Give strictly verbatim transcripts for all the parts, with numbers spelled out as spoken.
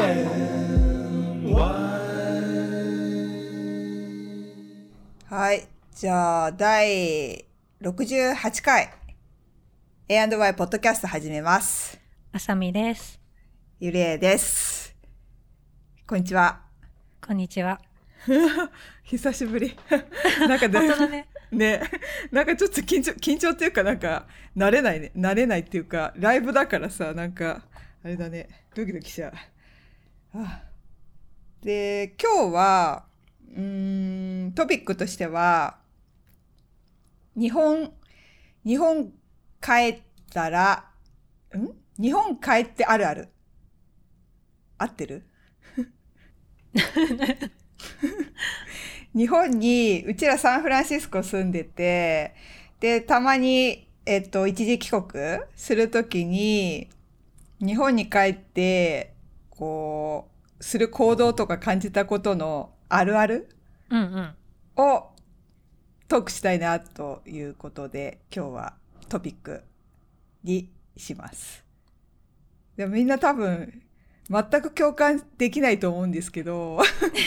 はい、じゃあだいろくじゅうはちかい エーアンドワイ ポッドキャスト始めます。 あさみです。 ゆりえです。こんにちは。 こんにちは。 久しぶり。なんかね、 本当だね。 ね、なんかちょっと緊張緊張っていうかなんか慣れないね、慣れないっていうかライブだからさ、なんかあれだね、ドキドキしちゃう。あで今日はうーんトピックとしては日本日本帰ったらん日本帰ってあるある合ってる？日本にうちらサンフランシスコ住んでて、でたまにえっと一時帰国するときに日本に帰ってこうする行動とか感じたことのあるあるうんうん。 をトークしたいなということで今日はトピックにします。でもみんな多分全く共感できないと思うんですけど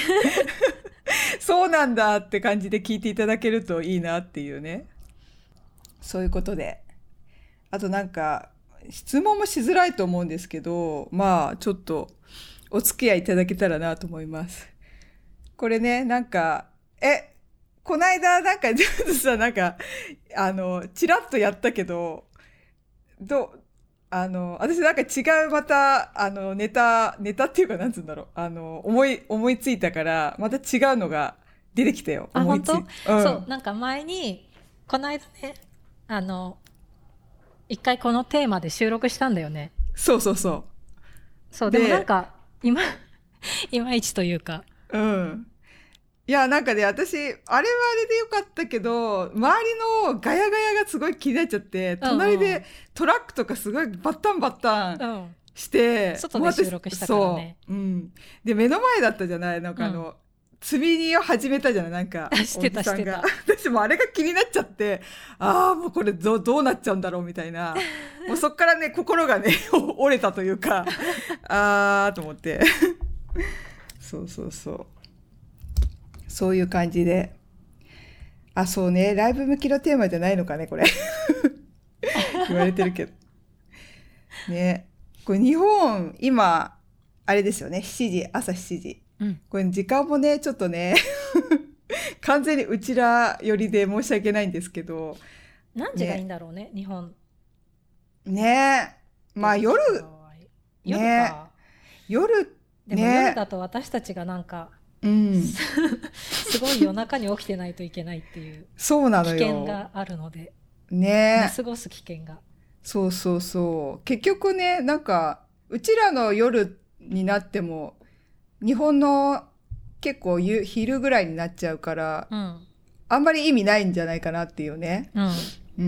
そうなんだって感じで聞いていただけるといいなっていうね、そういうことで、あとなんか質問もしづらいと思うんですけど、まあちょっとお付き合いいただけたらなと思います。これね、なんかえこないだなんかちょっとさ、なんかあのチラッとやったけど、どあの私なんか違うまたあのネタネタっていうかなんつうんだろう、あの思い思いついたからまた違うのが出てきたよ。 あ、 思いつい本当？ うん、 そう、なんか前にこの間ね、あの一回このテーマで収録したんだよね。 そうそうそそうででもなんか今いまいちというか、 う。うん。いやなんかね、私あれはあれでよかったけど、周りのガヤガヤがすごい気になっちゃって、 うんうん隣でトラックとかすごいバッタンバッタンうん、 して外で収録したからね。 そう、うん、で目の前だったじゃない、なんかあの、うん、積み荷を始めたじゃない、なんかしてたしてた。 私もあれが気になっちゃって、ああもうこれ ど, どうなっちゃうんだろうみたいなもうそっからね心がね折れたというかああと思ってそうそうそうそういう感じで、あそうね、ライブ向きのテーマじゃないのかねこれ言われてるけどね。これ日本今あれですよね、しちじ、朝しちじ、うん、これ時間もねちょっとね完全にうちら寄りで申し訳ないんですけど、 何時がいいんだろうね、日本ね。まあ夜夜か、 ね、夜でも夜だと私たちがなんか、 うん、 すごい夜中に起きてないといけないっていうそうなのよ、 危険があるのでね、 寝過ごす危険が、 そうそうそう、結局ね、なんかうちらの夜になっても日本の結構昼ぐらいになっちゃうから、うん、あんまり意味ないんじゃないかなっていうね、うんうん、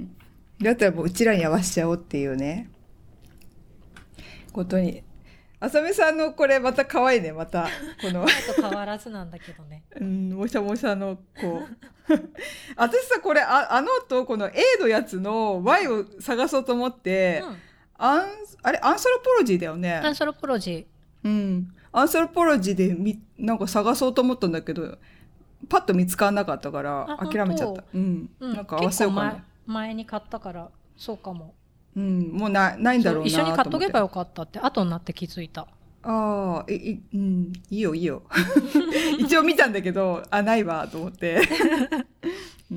だったらもううちらに合わせちゃおうっていうねことに。あさみさんのこれまた可愛いね、またこの前と変わらずなんだけどねうん、もしゃもしゃのこう私さこれ あ, あのとこの A のやつの Y を探そうと思って、うん、アンあれアンソロポロジーだよね。 アンソロポロジー、うん、アンソロポロジーでみなんか探そうと思ったんだけどパッと見つからなかったから諦めちゃった。うん、うん、なんか合わせようかな。 結構 前, 前に買ったからそうかも。 うん、もう な, ないんだろうなと思って。 一緒に買っとけばよかったって後になって気づいた。 ああ、えい、うん、いいよいいよ一応見たんだけど、あ、ないわと思って、うん、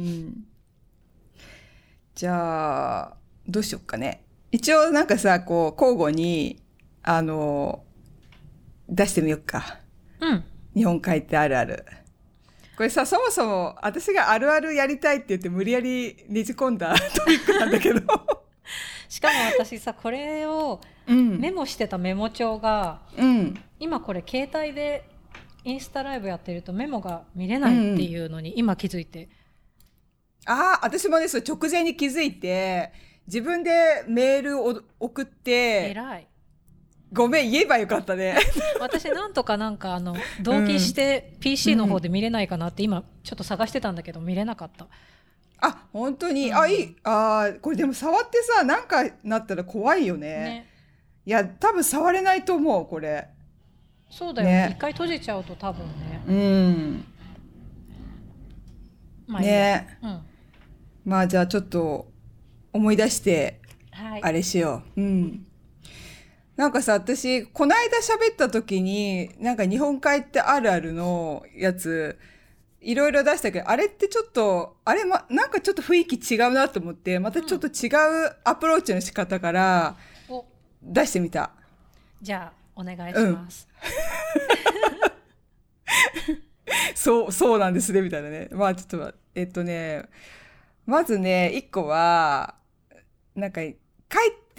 じゃあどうしよっかね。一応なんかさ、こう交互にあの出してみよっか、うん、日本帰ってあるある。これさ、そもそも私があるあるやりたいって言って無理やりねじ込んだトピックなんだけどしかも私さ、これをメモしてたメモ帳が、うん、今これ携帯でインスタライブやってるとメモが見れないっていうのに今気づいて、 うん、ああ、私もね、それ直前に気づいて自分でメールを送って、 偉い、 ごめん言えばよかったね私なんとかなんかあの同期して ピーシー の方で見れないかなって今ちょっと探してたんだけど見れなかった。 あ、本当に、うん、あ、いい。あ、これでも触ってさ、なんかなったら怖いよね。ね、いや、多分触れないと思う、これ。 そうだよ、 ね、 一回閉じちゃうと多分ね。 うん。 まあいいね、 うん、 まあじゃあちょっと思い出して、 はい、 あれしよう。うん。なんかさ、私、この間喋った時に、なんか日本海ってあるあるのやつ、いろいろ出したけど、あれってちょっと、あれま、なんかちょっと雰囲気違うなと思って、またちょっと違うアプローチの仕方から出してみた。 じゃあ、お願いします。 うん、そう、そうなんですね、みたいなね。まあちょっと、えっとね、まずね、一個は、なんか、帰って、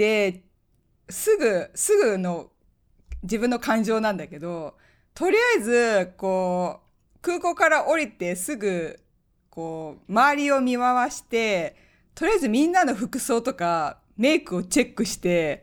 すぐ、すぐの自分の感情なんだけど、とりあえず、こう、空港から降りてすぐ、こう、周りを見回して、とりあえずみんなの服装とか、メイクをチェックして、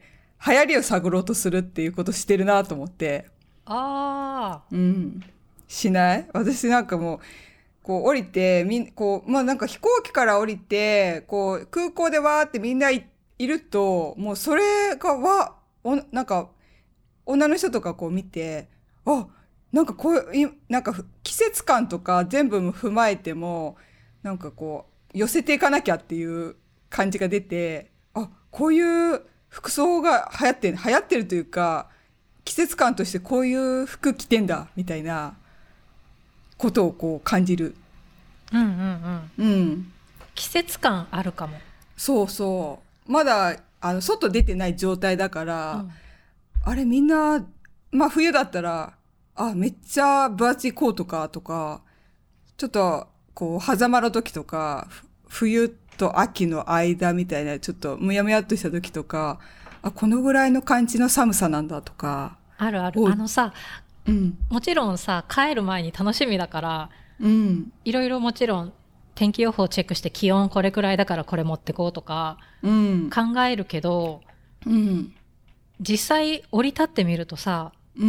流行りを探ろうとするっていうことしてるなと思って。 ああ。 うん。しない？私なんかもう、こう降りて、みん、こう、まあなんか飛行機から降りて、こう空港でわーってみんないいると、もうそれがわ、お、なんか女の人とかこう見て、あ、なんかこういう、なんか季節感とか全部踏まえても、なんかこう寄せていかなきゃっていう感じが出て、あ、こういう服装が流行ってる、流行ってるというか、季節感としてこういう服着てんだ、みたいなことをこう感じる。 うんうんうん。うん。季節感あるかも。 そうそう。まだ、あの、外出てない状態だから、うん、あれみんな、まあ冬だったら、あ、めっちゃ分厚いコートかとか、ちょっと、こう、狭間の時とか、冬と秋の間みたいな、ちょっとむやむやっとした時とか、あ、このぐらいの感じの寒さなんだとか。 あるある。あのさ、うん、もちろんさ、帰る前に楽しみだから、うん、いろいろもちろん天気予報チェックして気温これくらいだからこれ持ってこうとか考えるけど、うん、実際降り立ってみるとさ、うん、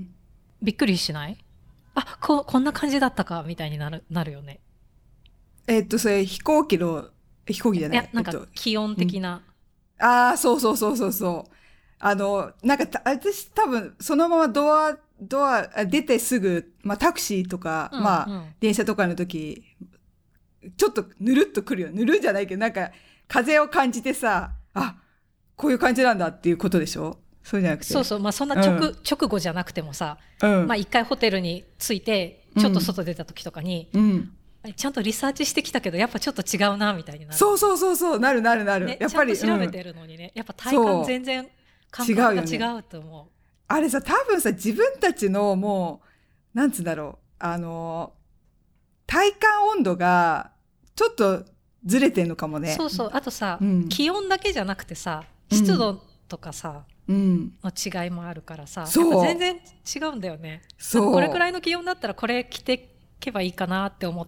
びっくりしない？あ、こ、こんな感じだったかみたいになる、なるよね。 えっとそれ飛行機の飛行機じゃない？いや、 なんか気温的な、 うん、ああ、そうそうそうそうそう。あのなんか私多分そのままドアドア出てすぐ、まあ、タクシーとか、うんうん、まあ電車とかの時ちょっとぬるっとくるよ。ぬるんじゃないけどなんか風を感じてさ、あ、こういう感じなんだっていうことでしょ？そうじゃなくて。 そうそう、まあそんな直、うん、直後じゃなくてもさ、うん、まあ一回ホテルに着いてちょっと外出た時とかに、うん、ちゃんとリサーチしてきたけどやっぱちょっと違うなみたいになる。 そうそうそうそう、なるなるなる、ね、やっぱりちゃんと調べてるのにね、うん、やっぱ体感全然感覚が違うと思う。 ね、あれさ、多分さ、自分たちのもうなんつうんだろう、あの体感温度がちょっとずれてんのかもね。 そうそう。あとさ、うん、気温だけじゃなくてさ、湿度とかさ、うん、の違いもあるからさ、やっぱ全然違うんだよね。そう。これくらいの気温だったらこれ着てけばいいかなって思って、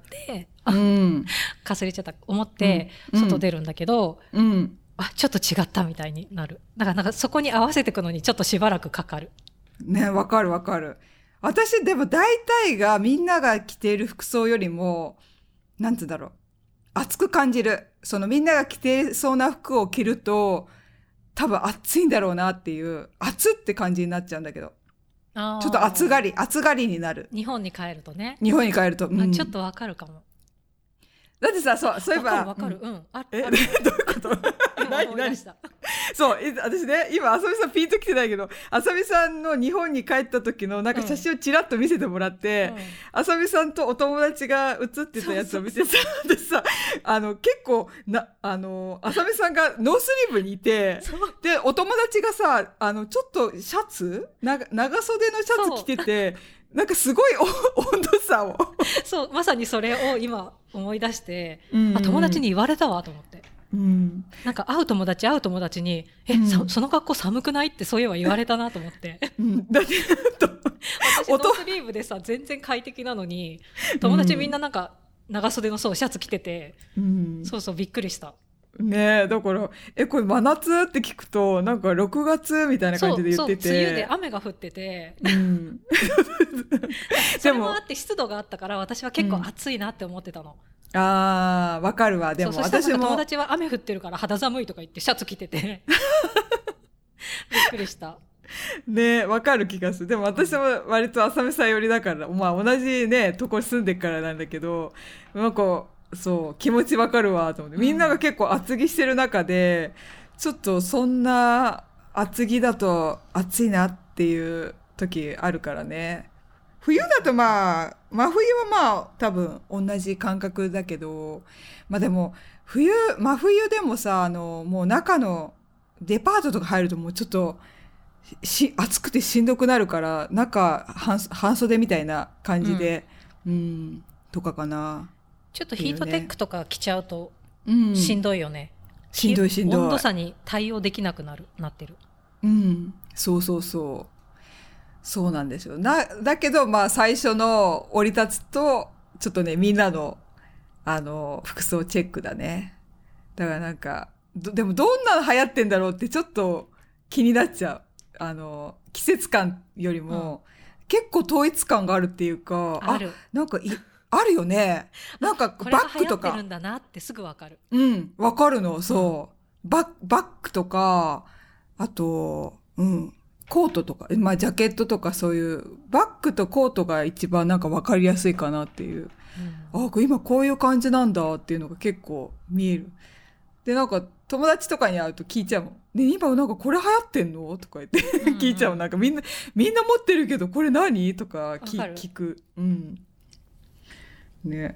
うん、かすれちゃった思って外出るんだけど、うんうん、あ、ちょっと違ったみたいになる。だからなんかそこに合わせていくのにちょっとしばらくかかる。 ね、わかるわかる。私でも大体がみんなが着ている服装よりも、なんつうんだろう。暑く感じる。そのみんなが着てそうな服を着ると、多分暑いんだろうなっていう、暑って感じになっちゃうんだけど。ちょっと暑がり、暑がりになる。 日本に帰るとね。 日本に帰ると。 うん、ちょっとわかるかも。 だってさ、そう、そういえば。 わかるわかる。うん。うん、あえ、どういうこと何何そう、私ね、今、あさみさんピンときてないけど、あさみさんの日本に帰った時のなんか写真をちらっと見せてもらって、あさみさんとお友達が写ってたやつを見てさ、でさ、あの、結構、な、あの、あさみさんがノースリーブにいて、で、お友達がさ、あの、ちょっとシャツな長袖のシャツ着てて、なんかすごい温度差を。 そう、まさにそれを今思い出して、うんうん、あ、友達に言われたわと思って。うん、なんか会う友達会う友達にえ、うん、そ, その格好寒くないってそういえば言われたなと思って、うん、だって私ノースリーブでさ全然快適なのに友達みんななんか長袖のそうシャツ着てて、うん、そうそうびっくりしたねえ。だからえこれ真夏って聞くとなんかろくがつみたいな感じで言ってて、 そうそう梅雨で雨が降ってて、うん、それもあって湿度があったから私は結構暑いなって思ってたの、 うん、あーわかるわ。でもそうそしたら友達は雨降ってるから肌寒いとか言ってシャツ着ててびっくりした。 ね、わかる気がする。でも私も割と浅見さん寄りだから、まあ同じねとこ住んでっからなんだけど、なんかそう気持ちわかるわと思って、みんなが結構厚着してる中で、ちょっとそんな厚着だと暑いなっていう時あるからね。冬だとまあ真冬はまあ多分同じ感覚だけど、まあでも冬真冬でもさ、あのもう中のデパートとか入るともうちょっとし暑くてしんどくなるから、中 半, 半袖みたいな感じで、うん、うん、とかかな。 ちょっとヒートテックとか着ちゃうとしんどいよね、 うん、しんどいしんどい。 温度差に対応できなくなるなってる。 うん、そうそうそうそうなんですよ。なだけどまあ最初の降り立つとちょっとね、みんなのあの服装チェックだね。だからなんかでもどんなの流行ってんだろうってちょっと気になっちゃう。あの季節感よりも、うん、結構統一感があるっていうか、 ある、 あ、なんかいあるよね。なんかバッグとか、これが流行ってるんだなってすぐわかる。 うん、わかるの。そう、バッ、バッグとか、あと、うん、コートとか、まあジャケットとか、そういうバッグとコートが一番なんかわかりやすいかなっていう。うん、あ、今こういう感じなんだっていうのが結構見える。で、なんか友達とかに会うと聞いちゃうもん。ね、今なんかこれ流行ってんのとか言って聞いちゃう。なんかみんな、みんな持ってるけどこれ何とか聞、聞く。うん。ね。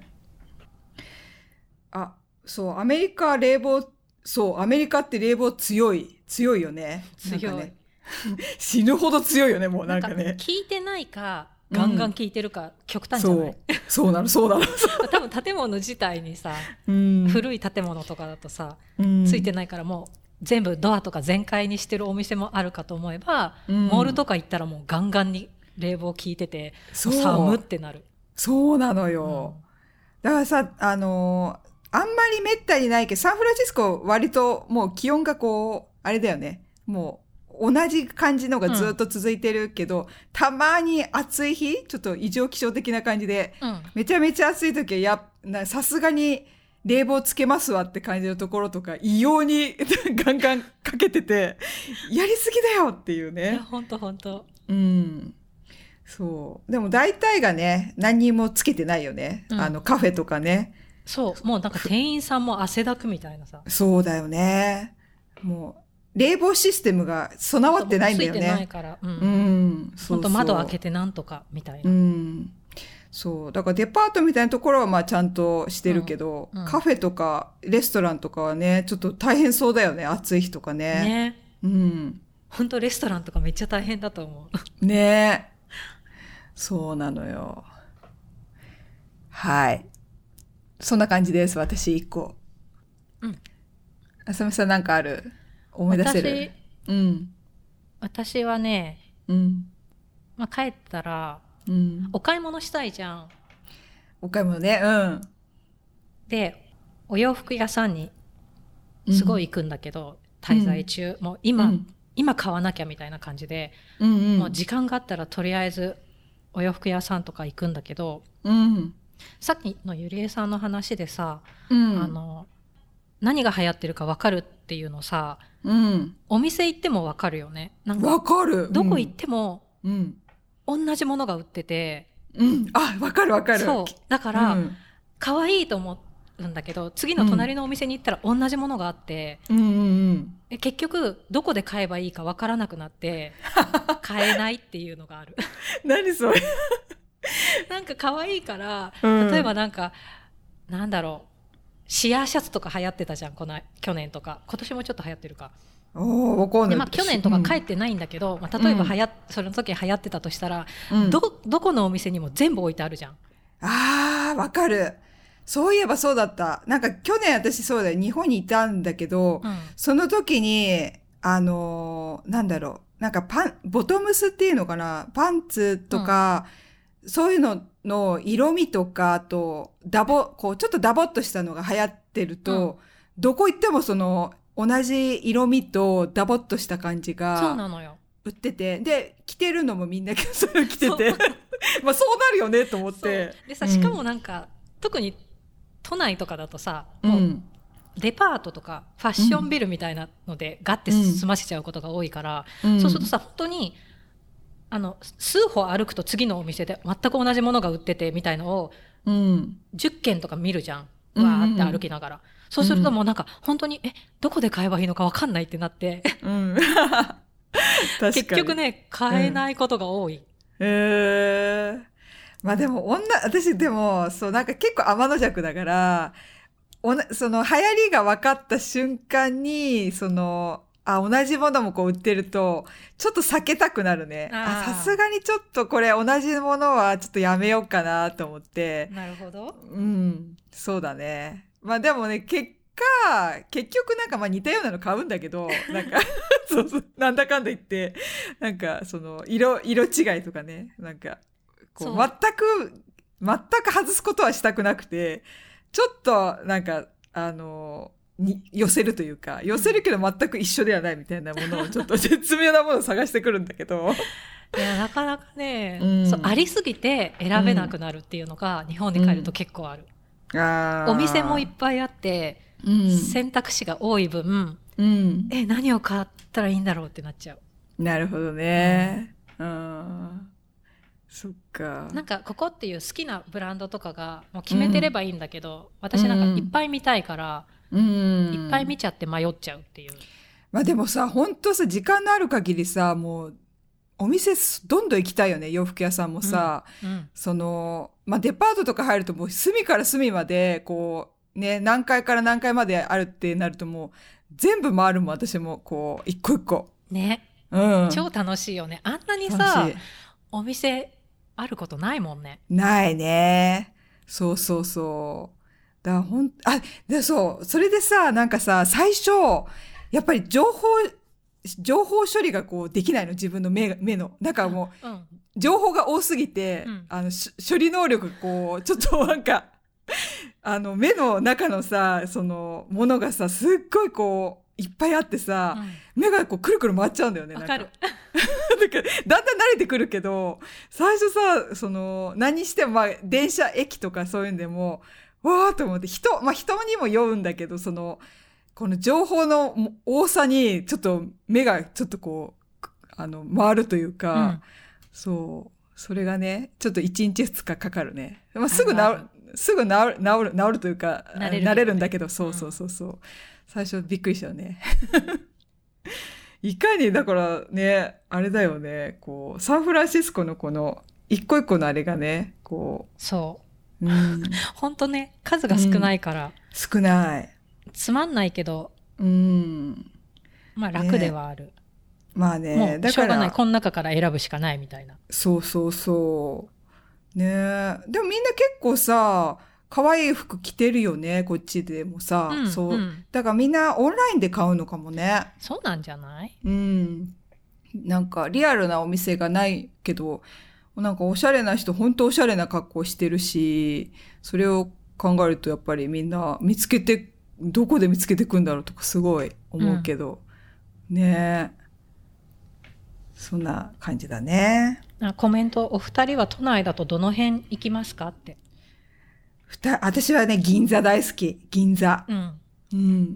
あ、そう、アメリカ冷房、そう、アメリカって冷房強い。強いよね。 強い。 ね、死ぬほど強いよね、もうなんかね。 なんか聞いてないか、ガンガン聞いてるか、うん、極端じゃない？ そう、そうなの、そうなの。 多分建物自体にさ、うん、古い建物とかだとさ、うん、ついてないからもう全部ドアとか全開にしてるお店もあるかと思えば、うん、モールとか行ったらもうガンガンに冷房効いてて、寒ってなる。 そうなのよ。うん、だからさ、あのー、あんまりめったにないけど、サンフランシスコ割ともう気温がこう、あれだよね。もう、同じ感じのがずっと続いてるけど、うん、たまに暑い日、ちょっと異常気象的な感じで、うん、めちゃめちゃ暑い時はやなさすがに冷房つけますわって感じのところとか異様にガンガンかけてて、やりすぎだよっていうね。いや、 ほんとほんと。 うん。そう。でも大体がね、何にもつけてないよね。うん、あのカフェとかね。 そう。もうなんか店員さんも汗だくみたいなさ。 そうだよね。もう。冷房システムが備わってないんだよね。 ついてないから。うん。うん、 そうそう。 本当窓開けてなんとかみたいな。 うん。そう。だからデパートみたいなところはまあちゃんとしてるけど、うんうん、カフェとかレストランとかはね、ちょっと大変そうだよね。暑い日とかね。 ね。 うん。 本当レストランとかめっちゃ大変だと思う。ね。そうなのよ。はい。そんな感じです。私一個。うん。あさみさんなんかある？思い出せる？ 私、うん、私はね、うんまあ、帰ったら、うん、お買い物したいじゃん。 お買い物ね、うん。 で、お洋服屋さんにすごい行くんだけど、うん、滞在中、もう今、うん、今買わなきゃみたいな感じで、うんうん、もう時間があったらとりあえずお洋服屋さんとか行くんだけど、うん、さっきのゆりえさんの話でさ、うん、あの何が流行ってるか分かるっていうのさ、うん、お店行っても分かるよね。なんか分かる。 どこ行っても、うん、同じものが売ってて、 うん、あ、分かる分かる。 そうだから、うん、可愛いと思うんだけど、次の隣のお店に行ったら同じものがあって、うんうんうんうん、結局どこで買えばいいか分からなくなって買えないっていうのがある。 何それ。 なんか可愛いから、うん、例えばなんかなんだろう。シアーシャツとか流行ってたじゃん、この去年とか。今年もちょっと流行ってるか。 おー、わかんない。 で、まあ、去年とか帰ってないんだけど、うんまあ、例えば流行っ、その時流行ってたとしたら、うん、どどこのお店にも全部置いてあるじゃん。 あー、わかる。そういえばそうだった。なんか去年私そうだよ、日本にいたんだけど、うん、その時にあのー、なんだろう、なんかパンボトムスっていうのかな、パンツとか、うん、そういうのの色味とか、あとダボこうちょっとダボっとしたのが流行ってると、うん、どこ行ってもその同じ色味とダボっとした感じがそうなのよ売ってて、で着てるのもみんなそれを着ててまあそうなるよねと思って。 でさ、しかもなんか、うん、特に都内とかだとさ、もうデパートとかファッションビルみたいなので、うん、ガッて済ませちゃうことが多いから、うん、そうするとさ本当にあの数歩歩くと次のお店で全く同じものが売っててみたいのを、うん、じゅっけんとか見るじゃん、わーって歩きながら、うんうん、そうするともうなんか本当にえどこで買えばいいのか分かんないってなって、うん、結局ね買えないことが多い、うん、 へー。まあでも女私でもそうなんか結構天の弱だからおなその流行りが分かった瞬間にそのあ同じものもこう売ってるとちょっと避けたくなるね。あさすがにちょっとこれ同じものはちょっとやめようかなと思って。 なるほど。 うんそうだね。まあでもね結果結局なんかまあ似たようなの買うんだけどなんかそうそうなんだかんだ言ってなんかその色色違いとかねなんかこう全く全く外すことはしたくなくてちょっとなんかあのに寄せるというか寄せるけど全く一緒ではないみたいなものをちょっと絶妙なものを探してくるんだけどいやなかなかね、うん、そうありすぎて選べなくなるっていうのが日本に帰ると結構ある、うん、あお店もいっぱいあって、うん、選択肢が多い分、うん、え何を買ったらいいんだろうってなっちゃう。 なるほどね、うんうんそっか。 なんかここっていう好きなブランドとかがもう決めてればいいんだけど、うん、私なんかいっぱい見たいから、うん、いっぱい見ちゃって迷っちゃうっていう。 まあでもさ本当さ時間のある限りさもうお店どんどん行きたいよね。洋服屋さんもさ、うんうん、そのまあデパートとか入るともう隅から隅までこうね何階から何階まであるってなるともう全部回るもん私もこう一個一個ね、うん、超楽しいよね。あんなにさお店あることないもんね。 ないね。そうそうそう。だからほんあでそうそれでさなんかさ最初やっぱり情報情報処理がこうできないの自分の目目のなんかもう、うん、情報が多すぎて、うん、あの処理能力こうちょっとなんかあの目の中のさそのものがさすっごいこういっぱいあってさ、うん、目がこうくるくる回っちゃうんだよね。 わかる。 なんかだんだん慣れてくるけど最初さその何しても、まあ、電車駅とかそういうんでもわーっと思って人、まあ、人にも酔うんだけどそのこの情報の多さにちょっと目がちょっとこうあの回るというか、うん、そうそれがねちょっといちにちふつかかかるね、まあ、すぐ治るすぐ治る治る治るというか慣れる、ね、慣れるんだけどそうそうそうそう、うん、最初びっくりしたよねいかにだからねあれだよねこうサンフランシスコのこの一個一個のあれがねこうそう、うん、ほんとね数が少ないから、うん、 少ないつまんないけど、うん、まあ楽ではある、ね、 まあねもうだからしょうがないこの中から選ぶしかないみたいな。 そうそうそうねでもみんな結構さ可愛い服着てるよねこっちでもさ、うん、そう、うん、だからみんなオンラインで買うのかもね。 そうなんじゃない？ うんなんかリアルなお店がないけどなんかおしゃれな人本当おしゃれな格好してるしそれを考えるとやっぱりみんな見つけてどこで見つけてくんだろうとかすごい思うけど、うん、ねそんな感じだね。 あコメントお二人は都内だとどの辺行きますかって。 私はね銀座大好き銀座、うんうん、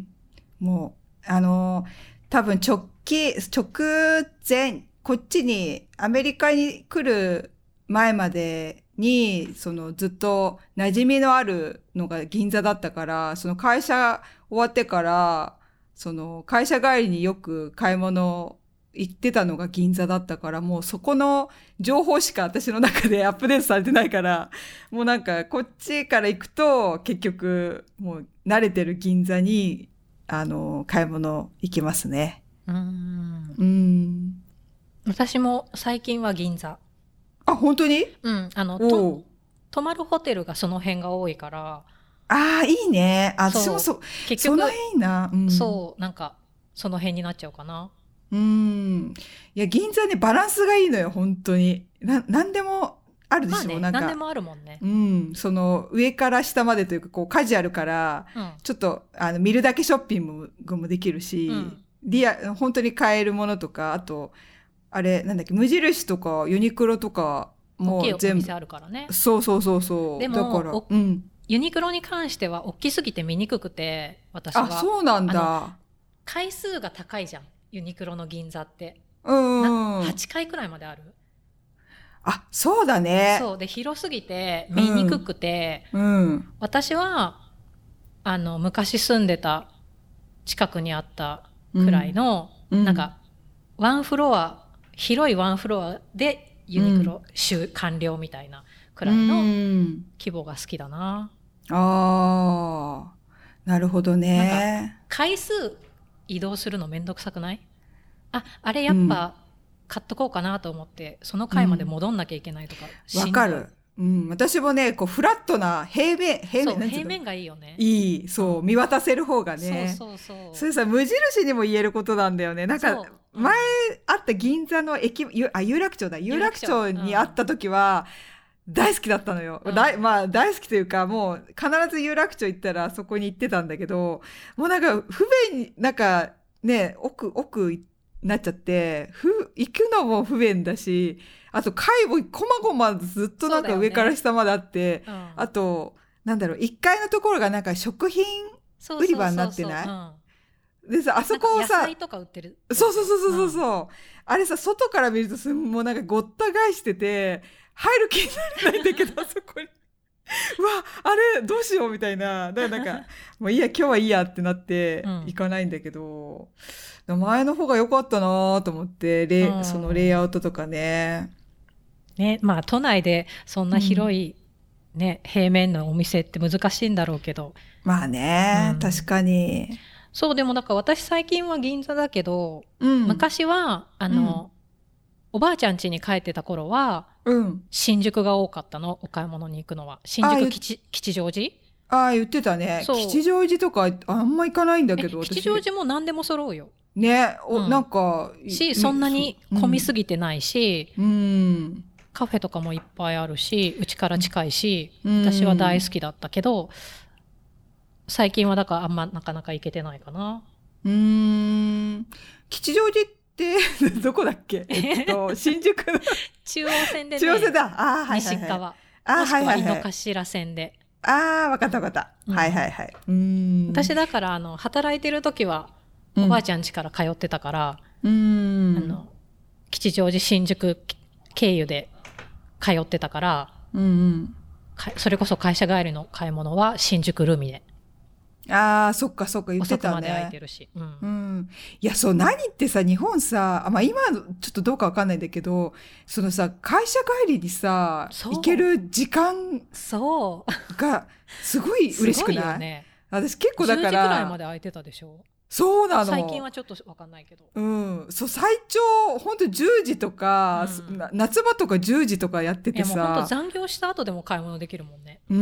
もうあの多分直帰直前こっちにアメリカに来る前までにそのずっと馴染みのあるのが銀座だったからその会社終わってからその会社帰りによく買い物行ってたのが銀座だったからもうそこの情報しか私の中でアップデートされてないからもうなんかこっちから行くと結局もう慣れてる銀座にあの買い物行きますね。うーんうん私も最近は銀座。 あ本当に？ うんあのと泊まるホテルがその辺が多いから。 あいいね。あ私もそ結局その辺いいな、 うん、そうなんかその辺になっちゃうかな。 うんいや銀座ねバランスがいいのよ本当にな何でもあるでしょ、まあね、なんか何でもあるもんね。 うんその上から下までというかこうカジュアルから、うん、ちょっとあの見るだけショッピングもできるし、うん、リア本当に買えるものとかあとあれなんだっけ無印とかユニクロとかもう全部大きいお店あるからね。 そうそうそうそうでもだから、うん、 ユニクロに関しては大きすぎて見にくくて、私は。 あ、そうなんだ。 回数が高いじゃん、ユニクロの銀座って。 うん。 はちかいくらいまである。 あ、そうだね。 そうで、広すぎて見にくくて、 うんうん、 私はあの昔住んでた近くにあったくらいの、うん、なんかワンフロア、広いワンフロアでユニクロ週完了みたいなくらいの規模が好きだな。 うん、あー、なるほどね。 なんか回数移動するのめんどくさくない？あ、あれやっぱ買っとこうかなと思って、うん、その回まで戻んなきゃいけないとか。 わ、うん、かる。うん、私もね、こうフラットな平面、平面、 平面がいいよね。 いい、そう、見渡せる方がね。 そうそうそう。 それさ、無印にも言えることなんだよね。なんか前あった銀座の駅、あ、有楽町だ、有楽町にあった時は大好きだったのよ。うん、だまあ大好きというか、もう必ず有楽町行ったらそこに行ってたんだけど、もうなんか不便に、なんかね、奥奥行って。なっちゃってふ行くのも不便だし、あと階もこまごまずっとなんか上から下まであって、ね、うん、あとなんだろう、いっかいのところがなんか食品売り場になってない？でさ、あそこをさ、 野菜とか売ってる。 そうそうそうそうそう、うん、あれさ、外から見るとすもうなんかごった返してて入る気になれないんだけどあそこにうわ、あれどうしようみたいな。だからなんかもういいや、今日はいいやってなって行かないんだけど、うん、前の方が良かったなと思って、レ、うん、そのレイアウトとかね。 ね、まあ都内でそんな広い、うん、ね、平面のお店って難しいんだろうけど。 まあね、うん、確かに。 そう、でもなんか私最近は銀座だけど、うん、昔はあの、うん、おばあちゃん家に帰ってた頃は、うん、新宿が多かったの、お買い物に行くのは。新宿吉、吉祥寺。 ああ、言ってたね。吉祥寺とかあんま行かないんだけど、 吉祥寺も何でも揃うよ。 ね、お、うん、なんかし、そんなに混みすぎてないし、うん、カフェとかもいっぱいあるし、うちから近いし、うん、私は大好きだったけど、最近はだからあんまなかなか行けてないかな。 うーん、吉祥寺ってどこだっけ？えっと新宿の中央線でね。 中央線だ。あ、はいはいはい、 西側。 あ、 もしくは井の頭線で。 はいはいはい、ああ、わかったわかった、うん。はいはいはい。うーん、 私だからあの働いてる時はおばあちゃん家から通ってたから、うん、あの吉祥寺新宿経由で通ってたから、うんうん、それこそ会社帰りの買い物は新宿ルミネ。 ああ、そっかそっか、言ってたね。 遅くまで空いてるし。うん。 うん、いや、そう、何ってさ、日本さ、まあ今、ちょっとどうかわかんないんだけど、そのさ、会社帰りにさ、行ける時間が、すごい嬉しくない？すごいよね。私結構だから。 じゅうじくらいまで空いてたでしょ？ そうなの。 最近はちょっとわかんないけど。 うん。そう、最長、ほんとじゅうじとか、うん、夏場とかじゅうじとかやっててさ。いや、 もうほんと残業した後でも買い物できるもんね。 うん。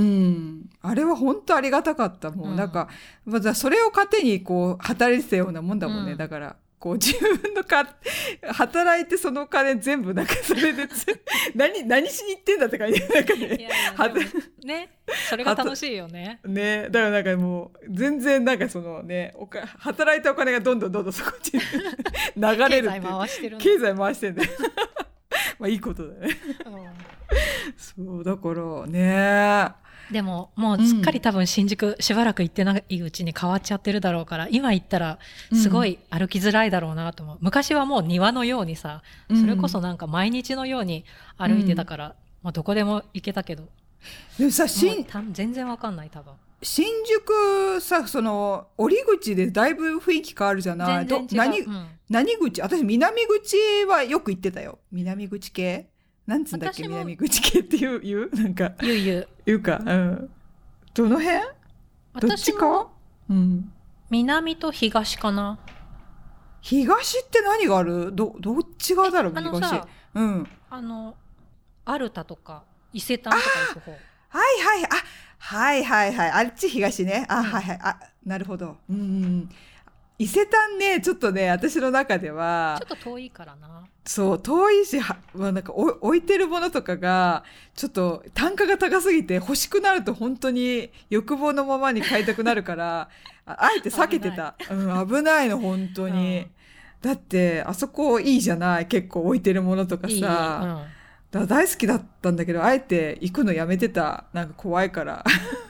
あれは本当ありがたかった。もうなんか、うん、まあ、それを糧にこう、働いてたようなもんだもんね。うん、だから。こう自分のか働いてその金全部なんかそれで何何しに行ってんだって感じなんかね。いやいやね、それが楽しいよね。 ね、だからなんかもう全然なんかそのね、おか働いたお金がどんどんどんどんそこに流れるっていう。経済回してる。 経済回してんだよ。まあいいことだね。うん、そうだからね。 でももうすっかり多分新宿しばらく行ってないうちに変わっちゃってるだろうから、今行ったらすごい歩きづらいだろうなと思う、うん、昔はもう庭のようにさ、それこそなんか毎日のように歩いてたから、うん、まあ、どこでも行けたけど、 でもさ、新全然わかんない多分。 新宿さ、その折り口でだいぶ雰囲気変わるじゃない？ 全然違う。 何、うん、何口？私南口はよく行ってたよ。南口系なんつうんだっけ、南口系っていう、言うなんか。 言う言う。 言うか。うん。どの辺？どっちか？うん。 南と東かな。 東って何がある？ど、どっち側だろう、東。あのさ、うん。 あの、アルタとか、伊勢丹とか行く方。 はいはい。あ、はいはいはい。あっち東ね。あ、うん、はいはい。あ、なるほど。うん。伊勢丹ね、ちょっとね、私の中では。 ちょっと遠いからな。 そう、遠いし、は、まあ、なんか置いてるものとかが、ちょっと単価が高すぎて欲しくなると本当に欲望のままに買いたくなるから、あ, あえて避けてた。危ない、うん、危ないの、本当に。うん、だって、あそこいいじゃない、結構置いてるものとかさ。いい、うん、だから大好きだったんだけど、あえて行くのやめてた。なんか怖いから。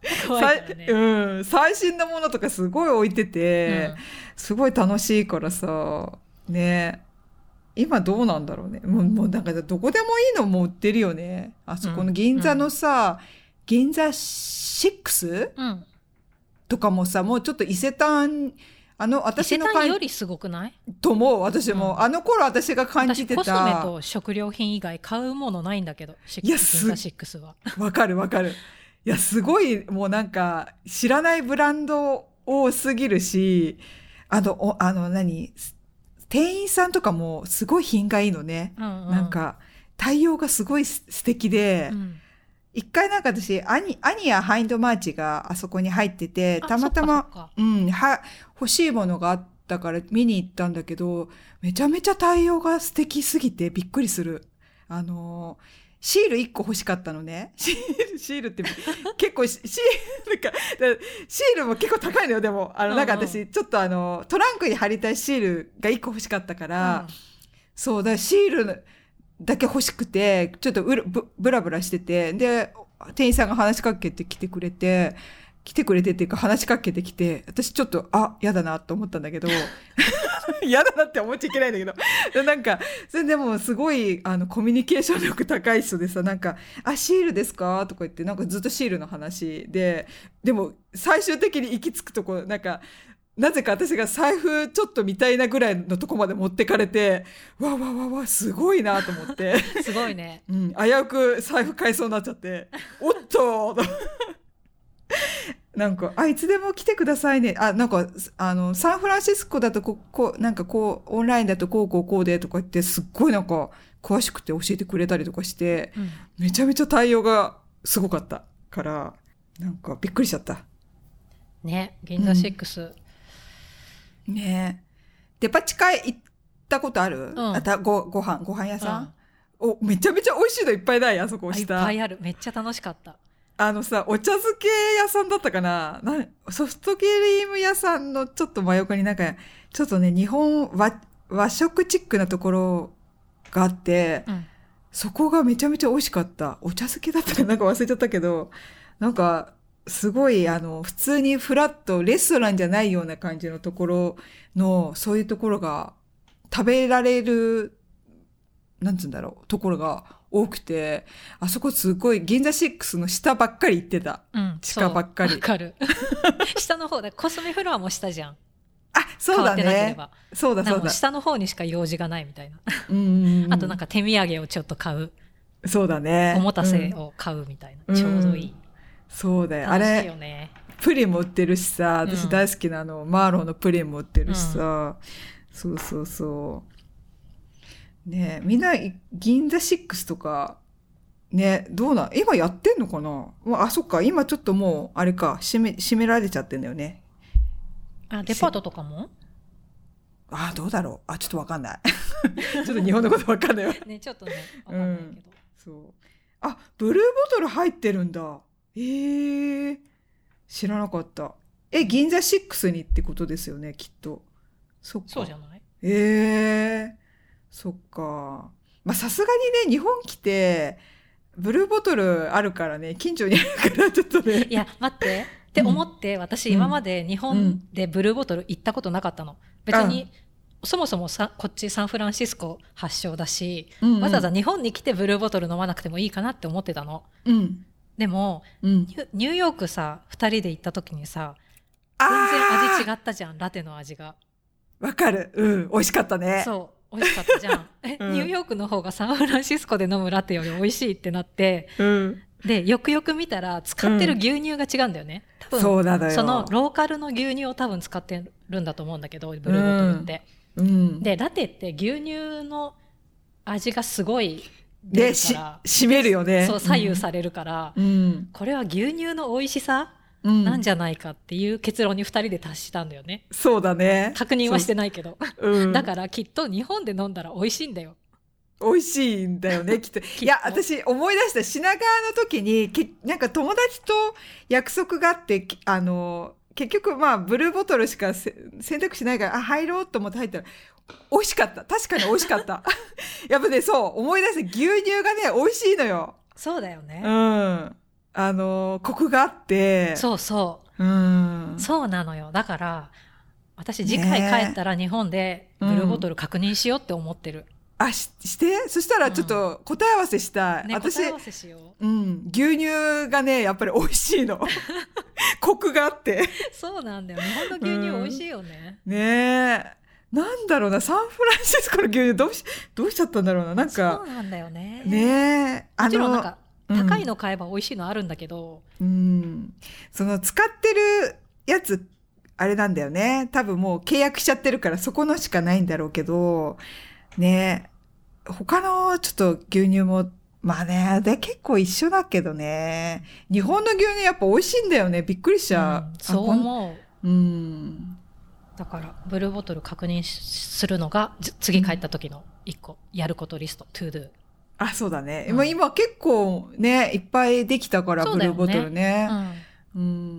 怖いからね、 うん、最新のものとかすごい置いてて、うん、すごい楽しいからさね。今どうなんだろうね。もう、もうなんかどこでもいいのも売ってるよね。あそこの銀座のさ、うん、銀座ろく、うん、とかもさ、もうちょっと伊勢丹、あの私の伊勢丹よりすごくないと思う。私も、うん、あの頃私が感じてた。 私コスメと食料品以外買うものないんだけど。いやす銀座ろくは。 わかるわかる。いやすごいもうなんか知らないブランド多すぎるし、あのおあの何。店員さんとかもすごい品がいいのね、うんうん、なんか対応がすごい素敵で、うん、一回なんか私アニ、アニやハインドマーチがあそこに入ってて、たまたま、うん、は欲しいものがあったから見に行ったんだけど、めちゃめちゃ対応が素敵すぎてびっくりする。あのシールいっこ欲しかったのね。シール、シールって結構シールか、シールも結構高いのよ。でもあのなんか私ちょっとあのトランクに貼りたいシールがいっこ欲しかったから、うん、そうだシールだけ欲しくてちょっとうるぶブラブラしてて、で店員さんが話しかけてきてくれて。来てくれてっていうか話しかけてきて、私ちょっとあ嫌だなと思ったんだけど嫌だなって思っちゃいけないんだけどなんかそれでもすごいあのコミュニケーション力高い人でさ、なんかあシールですかとか言って、なんかずっとシールの話で、でも最終的に行き着くとこなんかなぜか私が財布ちょっと見たいなぐらいのとこまで持ってかれて、わわわわすごいなと思ってすごいね、 うん、危うく財布買いそうになっちゃっておっとなんかあいつでも来てくださいね、あなんかあのサンフランシスコだとここなんかこうオンラインだとこうこうこうでとか言ってすっごいなんか詳しくて教えてくれたりとかして、うん、めちゃめちゃ対応がすごかったからなんかびっくりしちゃったね。銀座ろく、 うん、ねデパ地下行ったことある、うん、あた ご, ご飯ご飯屋さん、うん、おめちゃめちゃ美味しいのいっぱいないあそこ下いっぱいある。めっちゃ楽しかった。 あのさ、お茶漬け屋さんだったかな、なソフトクリーム屋さんのちょっと真横になんか、ちょっとね、日本 和, 和食チックなところがあって、うん、そこがめちゃめちゃ美味しかった。お茶漬けだったかなんか忘れちゃったけど、なんか、すごい、あの、普通にフラッとレストランじゃないような感じのところの、そういうところが食べられる、なんつうんだろう、ところが、多くて、あそこすごい銀座ろくの下ばっかり行ってた、うん、地下ばっかり。 わかる下の方でコスメフロアも下じゃん。 あ、そうだね。そうだそうだ。 下の方にしか用事がないみたいなうんうん、あとなんか手土産をちょっと買う。 そうだね。 おもたせを買うみたいな、うん、ちょうどいい、うん、 そうだよ。 楽しいよね。 あれプリンも売ってるしさ、私大好きなの、うん、マーローのプリンも売ってるしさ、うん、そうそうそうね。みんな銀座ろくとかね、どうなん今やってんのかな。あ、そっか今ちょっともうあれか閉め閉められちゃってんだよね。 あ、デパートとかもあ、どうだろう。あ、ちょっとわかんないちょっと日本のことわかんないわね、ちょっとねわかんないけど、うん、 そうあ、ブルーボトル入ってるんだ。えー、知らなかった。え、銀座ろくにってことですよねきっと。そっか。 そうじゃない。 えーそっか。まあさすがにね日本来てブルーボトルあるからね近所にあるからちょっとね。 いや待ってって思って、うん、私今まで日本でブルーボトル行ったことなかったの、うん、別にそもそもさこっちサンフランシスコ発祥だし、うんうん、わざわざ日本に来てブルーボトル飲まなくてもいいかなって思ってたの、うん、でも、うん、ニューヨークさふたりで行った時にさ全然味違ったじゃん。ラテの味がわかる。うん美味しかったね。 そう美味しかったじゃんえ、うん、ニューヨークの方がサンフランシスコで飲むラテより美味しいってなって、うん、でよくよく見たら使ってる牛乳が違うんだよね、うん、多分そうなのよ。 そのローカルの牛乳を多分使ってるんだと思うんだけどブルーボトルって、うんうん、でラテって牛乳の味がすごい出るからでし締めるよね。 そう左右されるから、うん、これは牛乳の美味しさなんじゃないかっていう結論にふたりで達したんだよね。 そうだね。 確認はしてないけど、うん、だからきっと日本で飲んだら美味しいんだよ。 美味しいんだよねきっと。いや私思い出した品川の時にけなんか友達と約束があってあの結局まあブルーボトルしか選択肢ないからあ入ろうと思って入ったら美味しかった。確かに美味しかったやっぱねそう思い出した牛乳がね美味しいのよ。 そうだよね。 うんあのコクがあって。 そうそう、 うん、 そうなのよ。だから私次回帰ったら日本でブルーボトル確認しようって思ってる、 うん、あ し, してそしたらちょっと答え合わせしたい、 うんね、 私答え合わせしよう、 うん、牛乳がねやっぱり美味しいのコクがあってそうなんだよ、日本の牛乳美味しいよね、 うん、ねえなんだろうな、サンフランシスコの牛乳どう し, どうしちゃったんだろうな、なんかそうなんだよね。 ねえ、 もちろんなんか高いの買えば美味しいのあるんだけど、 うん、その使ってるやつあれなんだよね、多分もう契約しちゃってるからそこのしかないんだろうけどね、他のちょっと牛乳もまあねで結構一緒だけどね、日本の牛乳やっぱ美味しいんだよね、びっくりしちゃう、うん、 そう思う、 うん、 だからブルーボトル確認するのが次帰った時の一個やることリスト、トゥードゥ。 あ、そうだね、うん、今結構ねいっぱいできたから、ね、ブルーボトルね、うんうん、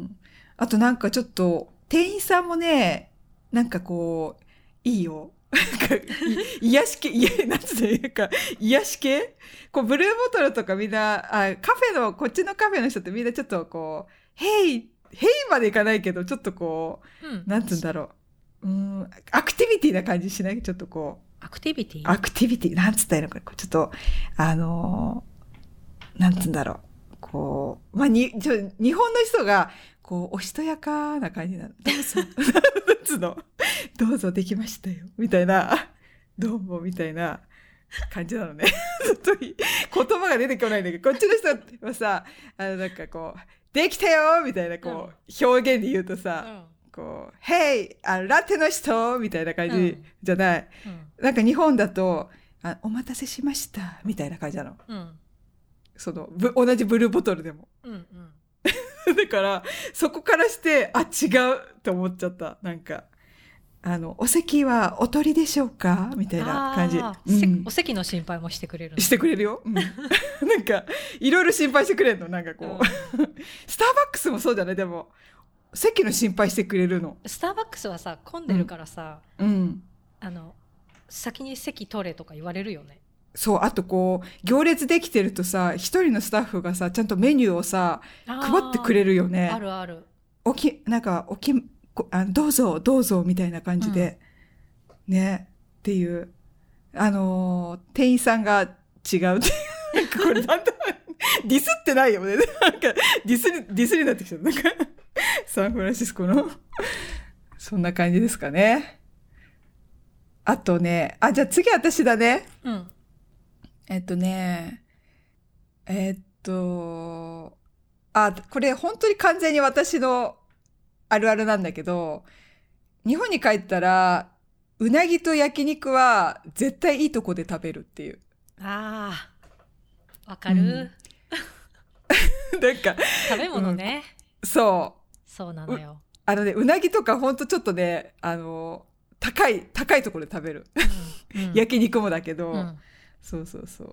あとなんかちょっと店員さんもねなんかこういいよ癒し系、いや、なんつうのか、癒し系こう、ブルーボトルとかみんな、あ、カフェの、こっちのカフェの人ってみんなちょっとこう、ヘイ、ヘイまでいかないけど、ちょっとこう、うん、なんつうんだろう。うん、アクティビティな感じしない？ちょっとこう。 アクティビティアクティビティ、なんつったらいいのか、ちょっと、あのー、なんつうんだろう。こう、まあ、に、ちょ、日本の人が、こう、おしとやかな感じなの。どうぞ。なんつうの。どうぞできましたよ。みたいな。どうも、みたいな感じなのね。言葉が出てこないんだけど、こっちの人はさ、あの、なんかこう、できたよみたいな、こう、うん、表現で言うとさ、うん、こう、ヘイあラテの人みたいな感じじゃない。うんうん、なんか日本だと、あ、お待たせしましたみたいな感じなの。うん、その、同じブルーボトルでも。うんうんだからそこからしてあ違うと思っちゃった。なんかあのお席はお取りでしょうかみたいな感じ、 うん、お席の心配もしてくれるの？ してくれるよ、うん、なんかいろいろ心配してくれるの。なんかこう、うん、スターバックスもそうじゃない？でも席の心配してくれるの。 スターバックスはさ混んでるからさ、うんうん、あの先に席取れとか言われるよね。 そう、あとこう行列できてるとさ、一人のスタッフがさちゃんとメニューをさ配ってくれるよね。 あるある。 おきなんかおきあどうぞどうぞみたいな感じで、うん、ねっていうあのー、店員さんが違うってなんかこれなんだディスってないよね。なんかディスりディスりになってきちゃった。なんかサンフランシスコのそんな感じですかね。あとね、あじゃあ次私だね。うん。えっとね、えっと、あ、これ本当に完全に私のあるあるなんだけど、日本に帰ったら、うなぎと焼肉は絶対いいとこで食べるっていう。 ああ、わかる、 うん、なんか、 食べ物ね、 うん。そう。 そうなのよ。 あのね、うなぎとか本当ちょっとね、あの、高い、高いところで食べる。うんうん、焼肉もだけど、うんそうそうそう。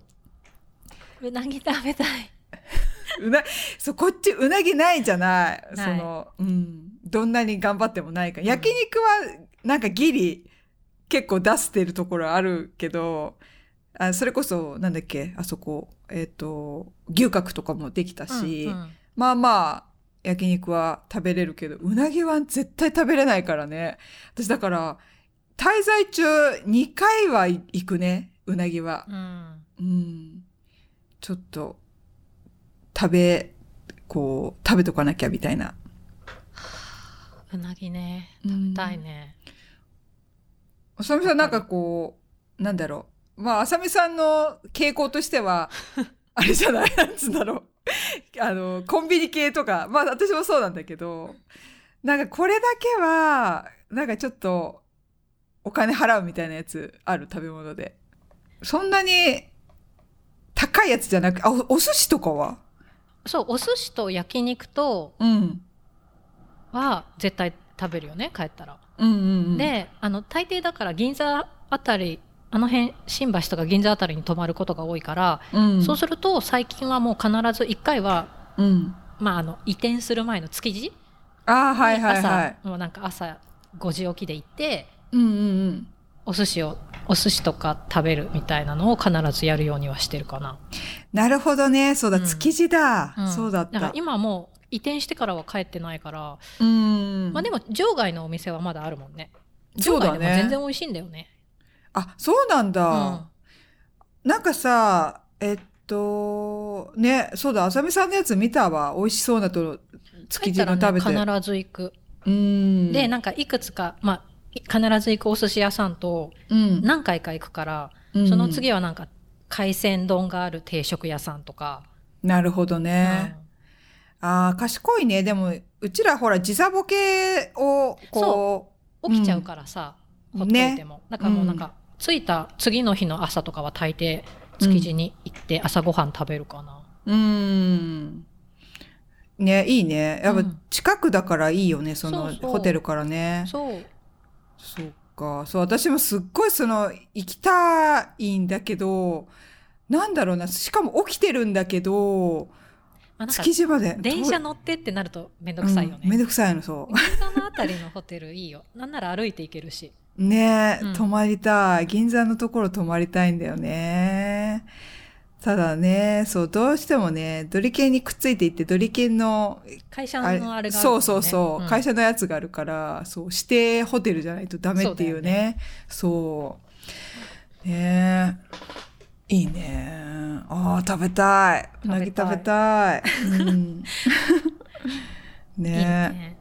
うなぎ食べたい。 うな、そう、こっちうなぎないじゃない。ないその、うん。どんなに頑張ってもないから。うん、焼肉はなんかギリ結構出してるところあるけど、あそれこそなんだっけ、あそこ、えっと、牛角とかもできたし、うんうん、まあまあ、焼肉は食べれるけど、うなぎは絶対食べれないからね。私だから、滞在中にかいは行くね。うなぎは、うんうん、ちょっと食べこう食べとかなきゃみたいな。 うなぎね食べたいね。 あさみさんなんかこうなんだろう、まああさみさんの傾向としてはあれじゃないなんつうんだろうあのコンビニ系とかまあ私もそうなんだけど、なんかこれだけはなんかちょっとお金払うみたいなやつある？食べ物でそんなに高いやつじゃなく、あ お, お寿司とかは？ そうお寿司と焼肉とは絶対食べるよね帰ったら、うんうんうん、であの大抵だから銀座あたりあの辺新橋とか銀座あたりに泊まることが多いから、うん、そうすると最近はもう必ずいっかいは、うんまあ、あの移転する前の築地あ、はいはいはい、 朝もうなんか朝ごじ起きで行って、 うんうんうん、 お寿司をお寿司とか食べるみたいなのを必ずやるようにはしてるかな。 なるほどね。そうだ、うん、築地だ、うん、そうだった。 だから今もう移転してからは帰ってないから、うん、まあでも場外のお店はまだあるもんね。場外でも全然美味しいんだよね。 あ、そうなんだ、うん、なんかさ、えっとね、そうだ、あさみさんのやつ見たわ。美味しそうなと築地の食べて、 ね、必ず行く。うんでなんかいくつか、まあ、必ず行くお寿司屋さんと何回か行くから、うん、その次はなんか海鮮丼がある定食屋さんとか。 なるほどね、うん、ああ賢いね。でもうちらほら時差ボケをこう起きちゃうからさ、うん、ほっといても、ね、だからもうなんか、うん着いた次の日の朝とかは大抵築地に行って朝ごはん食べるかな。 うん、うんね、いいね。やっぱ近くだからいいよね、うん、そのそうそうホテルからね。そうそうか。そう私もすっごいその行きたいんだけど、なんだろうな、しかも起きてるんだけど、まあ、築地まで電車乗ってってなるとめんどくさいよね、 うん、めんどくさいの。そう銀座のあたりのホテルいいよ。なんなら歩いて行けるしねえ、うん、泊まりたい。銀座のところ泊まりたいんだよね。ただね、そう、どうしてもね、ドリケンにくっついていって、ドリケンの、 会社のあれがあるからね。 そうそうそう、うん、会社のやつがあるから、そう、指定ホテルじゃないとダメっていうね。そう。ねえ。いいね。ああ、食べたい。うなぎ食べたい。うん、ねえ。いいね。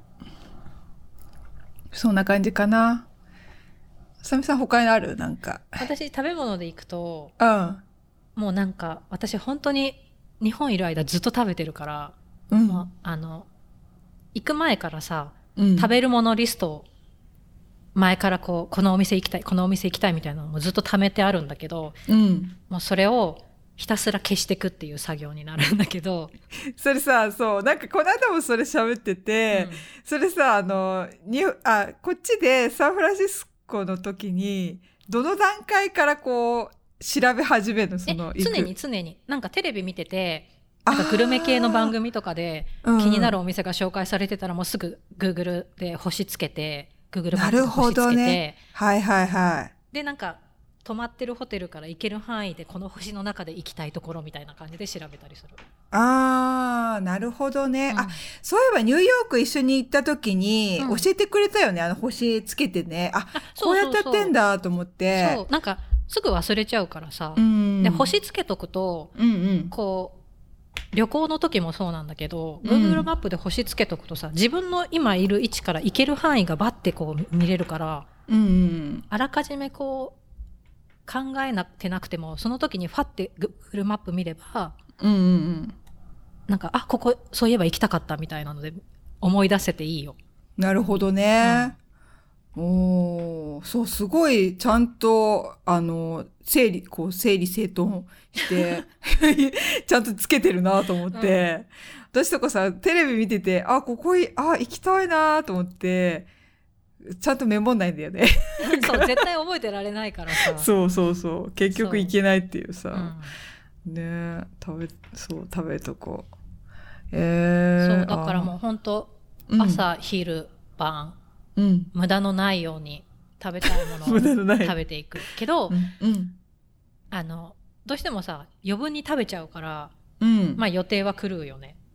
そんな感じかな。さみさん他にある？なんか私食べ物で行くと、うん、もうなんか私本当に日本いる間ずっと食べてるから、うん、もうあの行く前からさ、うん、食べるものリストを前からこうこのお店行きたいこのお店行きたいみたいなのもずっと貯めてあるんだけど、うん、もうそれをひたすら消していくっていう作業になるんだけどそれさ、そうなんかこの間もそれ喋ってて、うん、それさあのにあこっちでサンフランシスコの時にどの段階からこう調べ始めるの？その常に常になんかテレビ見ててなんかグルメ系の番組とかで気になるお店が紹介されてたらもうすぐ Google で星つけて Google マップで星つけて、なるほどね、 はいはいはい、 でなんか泊まってるホテルから行ける範囲でこの星の中で行きたいところみたいな感じで調べたりする。 あーなるほどね、うん、あそういえばニューヨーク一緒に行った時に教えてくれたよね、うん、あの星つけてね、あこうやってやってんだと思って。 そうなんかすぐ忘れちゃうからさ、うん、で星つけとくと、うんうん、こう旅行の時もそうなんだけど、うん、Google マップで星つけとくとさ自分の今いる位置から行ける範囲がバッてこう見れるから、うんうん、あらかじめこう考えなってなくてもその時にファッて Google マップ見れば、うんうんうん、なんかあここそういえば行きたかったみたいなので思い出せていいよ。 なるほどね、うん、おーそうすごいちゃんとあの整理こう整理整頓してちゃんとつけてるなと思って、うん、私とかさテレビ見ててあここいあ行きたいなと思ってちゃんとメモんないんだよねそう絶対覚えてられないからさそうそうそう結局いけないっていうさう、うん、ね食べそう食べとこうえー、 そうだからもう本当朝、うん、昼晩、うん、無駄のないように食べたいものを食べていくけど、うんうん、あのどうしてもさ余分に食べちゃうから、うん、まあ予定は狂うよね。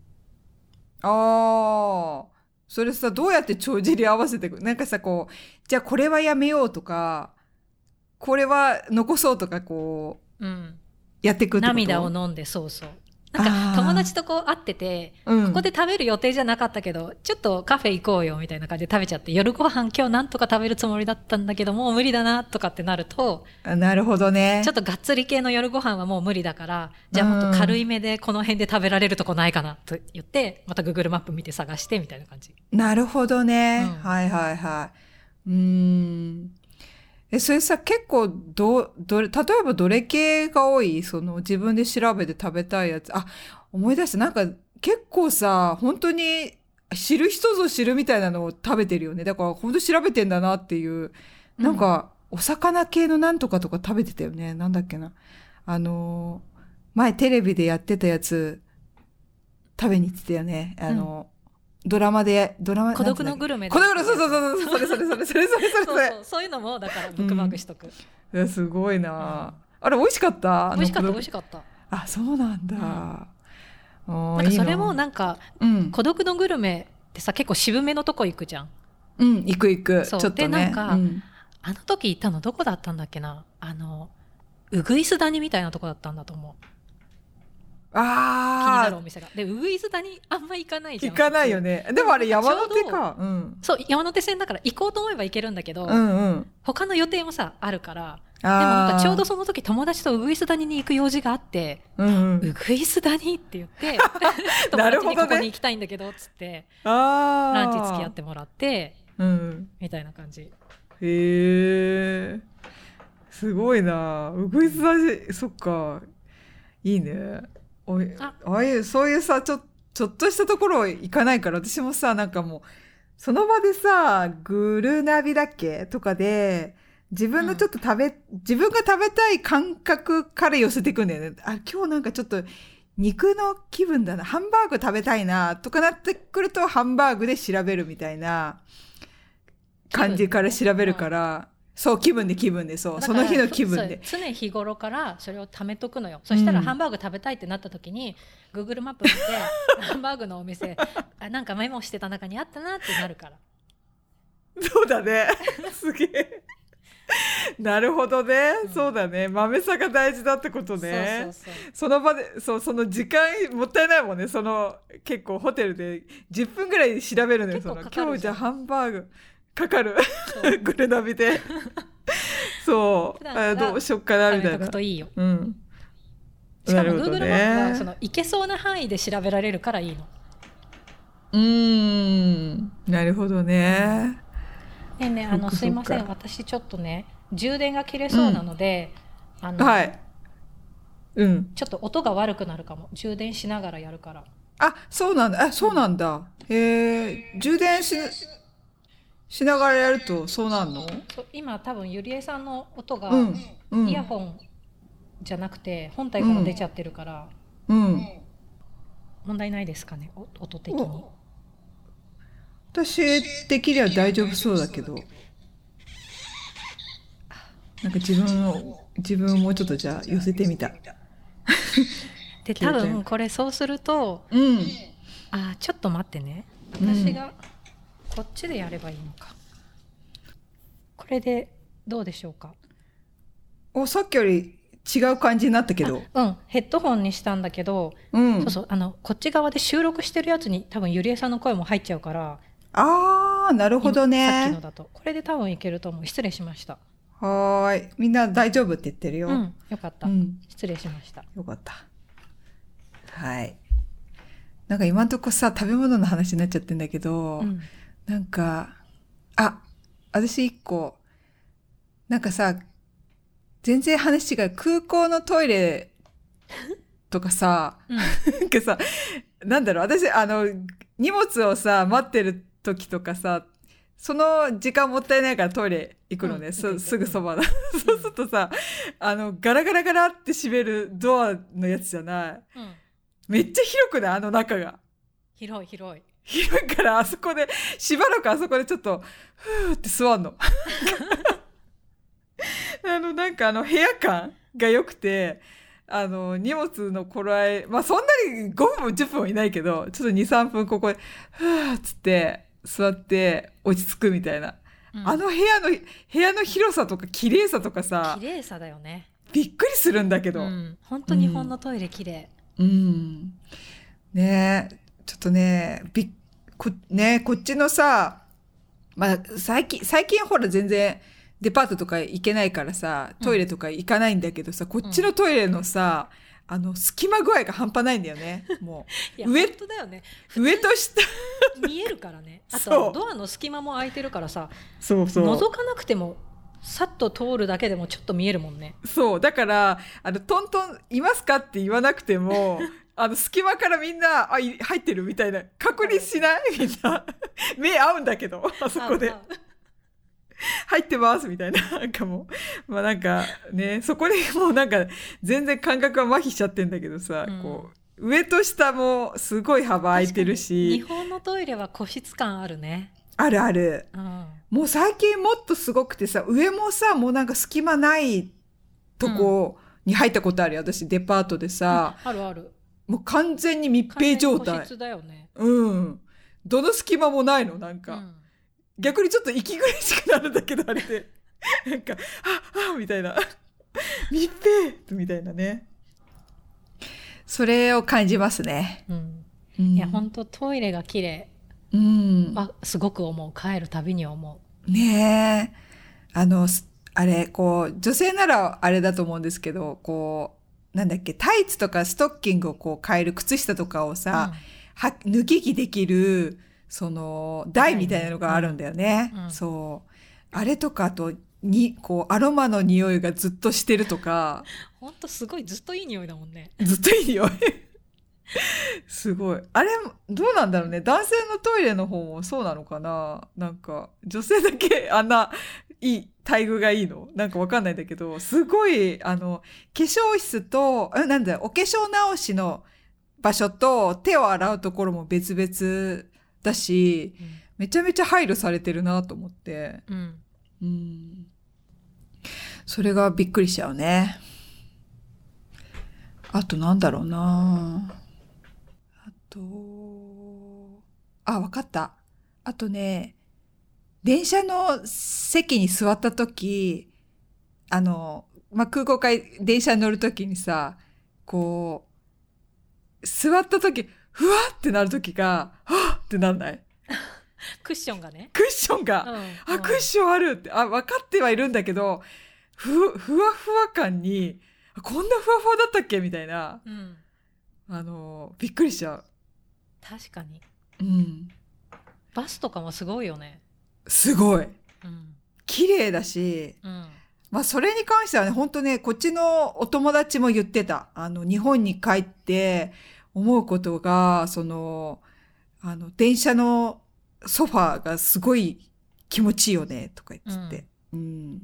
ああそれさどうやって帳尻合わせていく？なんかさこうじゃあこれはやめようとかこれは残そうとかこう、うん、やっていくってこと？ 涙を飲んでそうそうなんか友達とこう会ってて、うん、ここで食べる予定じゃなかったけどちょっとカフェ行こうよみたいな感じで食べちゃって夜ご飯今日なんとか食べるつもりだったんだけどもう無理だなとかってなるとなるほどねちょっとがっつり系の夜ご飯はもう無理だからじゃあもっと軽いめでこの辺で食べられるとこないかなと言ってまた Google マップ見て探してみたいな感じ。 なるほどね、うん、はいはいはい。うーんえそれさ結構どどれ例えばどれ系が多い？その自分で調べて食べたいやつ。あ思い出したなんか結構さ本当に知る人ぞ知るみたいなのを食べてるよね。だから本当調べてんだなっていうなんか、うん、お魚系のなんとかとか食べてたよね。なんだっけなあの前テレビでやってたやつ食べに行ってたよね。あの、うんドラマでドラマ孤独のグルメ孤独のそうそうそうそうそれそれそれそれそれそれそれそうそうそういうのもだからブックマークしとく、うん、 いやすごいな、うん、あれ美味しかった美味しかった美味しかったあそうなんだ、 うん、なんかそれもなんか、うん、孤独のグルメってさ結構渋めのとこ行くじゃんうん行く行くちょっとねでなんか、うん、あの時行ったのどこだったんだっけなあのうぐいす谷みたいなとこだったんだと思うあ気になるお店がでうぐいす谷あんま行かないじゃん行かないよねでもあれ山手か、うん、 そう山手線だから行こうと思えば行けるんだけど、 うんうん、 他の予定もさあるからでもなんかちょうどその時友達とうぐいす谷に行く用事があって、うんうん、うぐいす谷って言って友達にここに行きたいんだけどっつってあランチ付き合ってもらって、うん、みたいな感じ。 へえすごいなうぐいす谷そっかいいねおい あ, ああいうそういうさちょ、ちょっとしたところ行かないから私もさなんかもうその場でさグルナビだっけとかで自分のちょっと食べ、うん、自分が食べたい感覚から寄せていくんだよね。あ今日なんかちょっと肉の気分だなハンバーグ食べたいなとかなってくるとハンバーグで調べるみたいな感じから調べるから、そう気分で気分でそうその日の気分で常日頃からそれを貯めとくのよ。そしたらハンバーグ食べたいってなった時に、うん、Google マップ見てハンバーグのお店あなんかメモしてた中にあったなってなるからそうだねすげえなるほどね、うん、そうだね豆さが大事だってことね。そうそうそうその場でそうその時間もったいないもんね。その結構ホテルでじゅっぷんぐらい調べるのよ。その今日じゃハンバーグかかるグルナビでそうあどうしよっかなみたいな。食べとくといいよ、うん、 しかも Google マップはその行けそうな範囲で調べられるからいいの。 うーんなるほどね。 ねえねえあのすいません私ちょっとね充電が切れそうなので、うん、あのはいうん、 ちょっと音が悪くなるかも充電しながらやるから。 あそうなんだあそうなんだ、うん、へえ充電ししながらやるとそうなんの？ そう今多分ゆりえさんの音が、うんうん、イヤホンじゃなくて本体から出ちゃってるから、うんうん、問題ないですかね音的に。 私的には大丈夫そうだけどなんか自分を自分をもうちょっとじゃあ寄せてみたで多分これそうすると、うん、あちょっと待ってね私がこっちでやればいいのか、うん、これでどうでしょうか。 おさっきより違う感じになったけどうんヘッドホンにしたんだけど、うん、そうそうあのこっち側で収録してるやつに多分ゆりえさんの声も入っちゃうからあーなるほどね。 さっきのだとこれで多分いけると思う。失礼しました。 はーいみんな大丈夫って言ってるよ、 うん、よかった、うん、失礼しました。 よかったはいなんか今んとこさ食べ物の話になっちゃってんだけど、うん、なんかあ私一個なんかさ全然話違う空港のトイレとかさ、うん、なんかさなんだろう私あの荷物をさ待ってる時とかさその時間もったいないからトイレ行くのね、うん、す, すぐそばだ、うん、そうするとさあのガラガラガラって閉めるドアのやつじゃない、うん、めっちゃ広くないあの中が広い広い広いからあそこでしばらくあそこでちょっとふーって座んのあのなんかあの部屋感が良くてあの荷物の頃合いまあそんなにごふんもじゅっぷんもいないけどちょっと にさんぷんここでふーっつって座って落ち着くみたいな、うん、あの部屋の部屋の広さとか綺麗さとかさ綺麗さだよね。 びっくりするんだけど、うん、 本当日本のトイレ綺麗、 うん、うん、ねえちょっとねびこねこっちのさまあ最近最近ほら全然デパートとか行けないからさトイレとか行かないんだけどさ、うん、こっちのトイレのさ、うん、あの隙間具合が半端ないんだよね。もういや上本当だよね。 上と下見えるからね。あとドアの隙間も空いてるからさそうそう覗かなくてもさっと通るだけでもちょっと見えるもんね。 そうだからあのトントンいますかって言わなくてもあの隙間からみんなあ入ってるみたいな確認しないみんな目合うんだけどあそこで入ってますみたいななんかもうまあなんかねそこでもうなんか全然感覚は麻痺しちゃってんだけどさ、うん、こ上と下もすごい幅空いてるし。 日本のトイレは個室感あるね。 あるある、うん、もう最近もっとすごくてさ、上もさもうなんか隙間ないとこに入ったことあるよ、うん、私デパートでさ、 うん、あるある、 もう完全に密閉状態、 個室だよね、 うん、どの隙間もないの、なんか、うん、逆にちょっと息苦しくなるんだけどあれでなんかああみたいな密閉みたいなね、それを感じますね、 うんうん、いや本当トイレが綺麗、うん、あすごく思う、帰るたびに思うねえ、あのあれこう女性ならあれだと思うんですけど、こうなんだっけ、タイツとかストッキングをこう変える靴下とかをさ、うん、は脱ぎ着できるその台みたいなのがあるんだよね、うんうん、そうあれとか、あとにこうアロマの匂いがずっとしてるとかほんとすごいずっといい匂いだもんね、 ずっといい匂いすごい、あれどうなんだろうね、男性のトイレの方もそうなのかな、なんか女性だけあんないい待遇がいいのなんかわかんないんだけど、すごいあの化粧室となんだお化粧直しの場所と手を洗うところも別々だし、うん、めちゃめちゃ配慮されてるなと思って、うんうん、それがびっくりしちゃうね。あとなんだろうなあとあわかった、あとね、電車の席に座った時、あの、まあ、空港から電車に乗る時にさ、こう座った時ふわってなる時がはっってなんないクッションがね、 クッションが、うん、あ、うん、クッションあるってあ分かってはいるんだけど、ふふわふわ感にこんなふわふわだったっけみたいな、うん、あのびっくりしちゃう。 確かに、 うん、 バスとかもすごいよね、 すごい、うん、綺麗だし、うん、まあそれに関してはね、本当ね、こっちのお友達も言ってた、あの日本に帰って思うことが、そのあの電車のソファーがすごい気持ちいいよねとか言って、うんうん、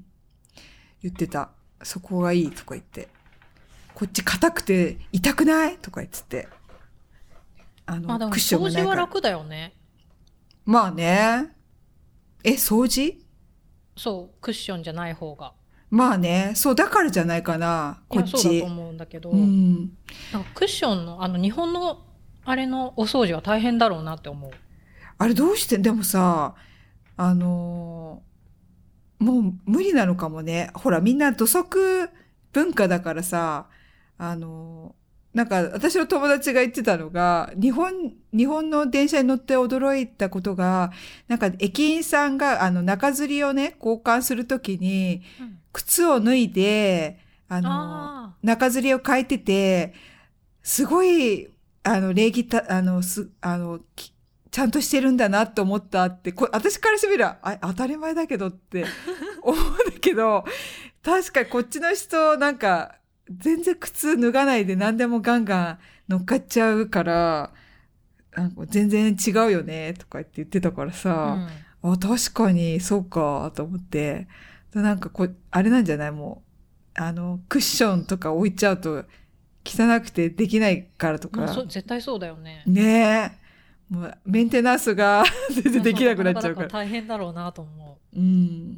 言ってた、そこがいいとか言って、こっち硬くて痛くないとか言ってて、あの、 まあ、でもクッションがないから。 掃除は楽だよね。 まあね。え、掃除？ そう、クッションじゃない方が。 まあね、そうだからじゃないかな、こっち。 そうだと思うんだけど、うん、なんかクッションのあの日本のあれのお掃除は大変だろうなって思う。 あれどうして、でもさ、あのー、もう無理なのかもね。ほらみんな土足文化だからさ、あのー、なんか私の友達が言ってたのが、日本日本の電車に乗って驚いたことが、なんか駅員さんがあの中吊りをね交換するときに、うん、靴を脱いであのあ中吊りを変えてて、すごいあの礼儀たあのすあのちゃんとしてるんだなって思ったって、こ私からしてみればあ当たり前だけどって思うんだけど、確かにこっちの人なんか全然靴脱がないで何でもガンガン乗っかっちゃうから、なんか全然違うよねとか言って言ってたからさ、うん、あ確かにそうかと思って、なんかこあれなんじゃない、もうあのクッションとか置いちゃうと汚くてできないからとか、 まあ、そ絶対そうだよね。 ねえ、もうメンテナンスが全然できなくなっちゃうから、 大変だろうなと思う。うん。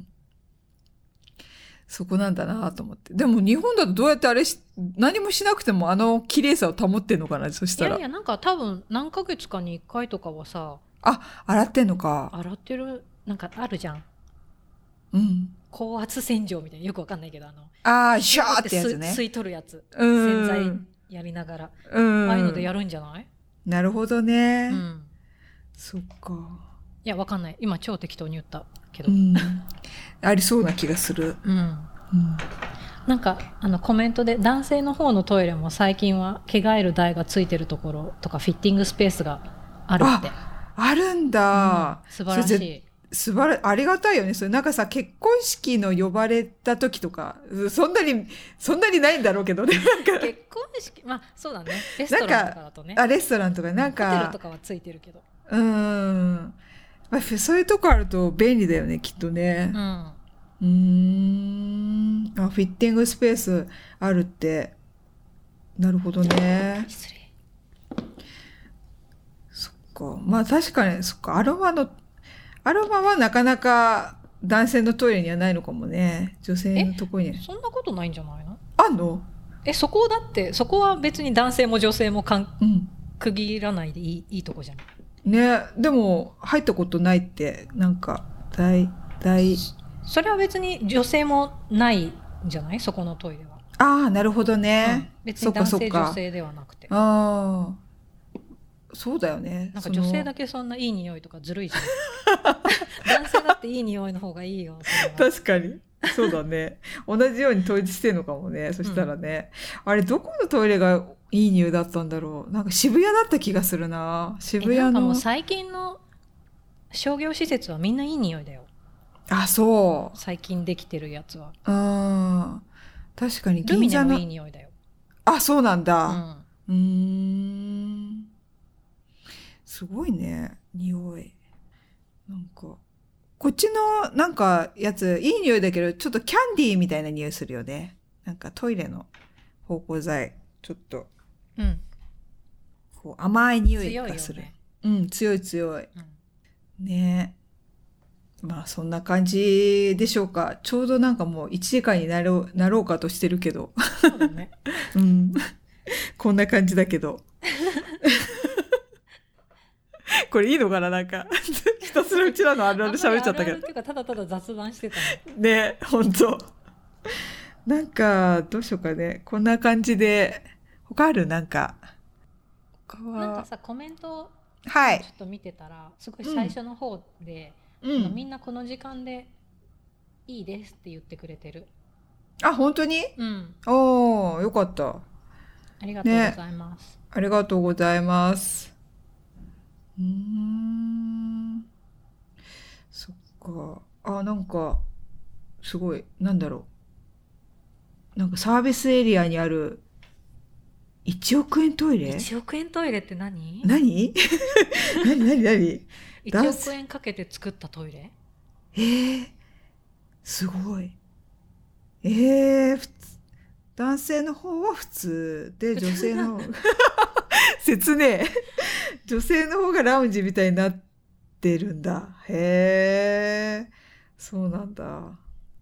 そこなんだなと思って。でも日本だとどうやってあれし何もしなくてもあの綺麗さを保ってんのかな、そしたら。 いやいや、なんか多分何ヶ月かにいっかいとかはさ、 あ、洗ってんのか。 洗ってる、なんかあるじゃん。 うん。 高圧洗浄みたいな、よくわかんないけど、あのああシャーってやつね、 吸い取るやつ、洗剤やりながら、うん、ああいうのでやるんじゃない？ なるほどね、うん、そっか。 いやわかんない、今超適当に言ったけど、うん、 ありそうな気がする、うんうん、 なんかあのコメントで男性の方のトイレも最近は着替える台がついてるところとかフィッティングスペースがあるって。 あ, あるんだ、 うん、素晴らしい。 素晴らありがたいよね。それなんかさ、結婚式の呼ばれた時とかそんなにそんなにないんだろうけどね。なんか結婚式、まあそうだね、レストランとかだとね。 あレストランとかなんかホテルとかはついてるけど、 うーん、まあ、そういうとこあると便利だよねきっとね。うん。うーん、あフィッティングスペースあるって、なるほどね。 失礼。 か。まあ確かに、そっか、アロマの、アロマはなかなか男性のトイレにはないのかもね。女性のところに。 そんなことないんじゃないの？ あんの？ え、そこだって、そこは別に男性も女性もかん、 うん、 区切らないでいい、いいとこじゃん。 ね、でも入ったことないって、なんか、大、大。 それは別に女性もないんじゃない？そこのトイレは。 ああ、なるほどね。 うん、別に男性女性ではなくて。 ああ。そうだよね。 なんか女性だけそんないい匂いとかずるいじゃん。男性だっていい匂いの方がいいよ。 確かに。そうだね。同じように統一してんのかもね。そしたらね。うん、あれ、どこのトイレがいい匂いだったんだろう。なんか渋谷だった気がするな。渋谷の。なんかもう最近の商業施設はみんないい匂いだよ。 あ、そう。 最近できてるやつは。 うん。確かに銀座の。ルミネもいい匂いだよ。 あ、そうなんだ。うん。うーん。すごいね。匂い。なんか。こっちのなんかやつ、いい匂いだけど、ちょっとキャンディーみたいな匂いするよね。なんかトイレの芳香剤。ちょっと。 うん。 こう甘い匂いがする。ね、うん、強い強い。うん、ねえ。まあそんな感じでしょうか。ちょうどなんかもういちじかんになろう、なろうかとしてるけど。 そうだね。 うん。こんな感じだけど。これいいのかな、なんかひたすらうちらのあるある喋っちゃったけど。あるあるっていうかただただ雑談してたの。ね、本当。なんかどうしようかね。こんな感じで他ある？なんか。 なんかさコメントはい。 ちょっと見てたら、すごい最初の方で、うん、みんなこの時間でいいですって言ってくれてる。 あ、本当に？ うん。 おー、よかった。 ありがとうございます。 ね、ありがとうございます。うーん。そっか。あ、なんか、すごい、なんだろう。なんかサービスエリアにあるいちおくえんトイレ？ いち 億円トイレって何？ 何何何何いち 億円かけて作ったトイレ？ えー、すごい。えー、普通男性の方は普通で、女性の切ねえ。女性の方がラウンジみたいになってるんだ。へえ、そうなんだ。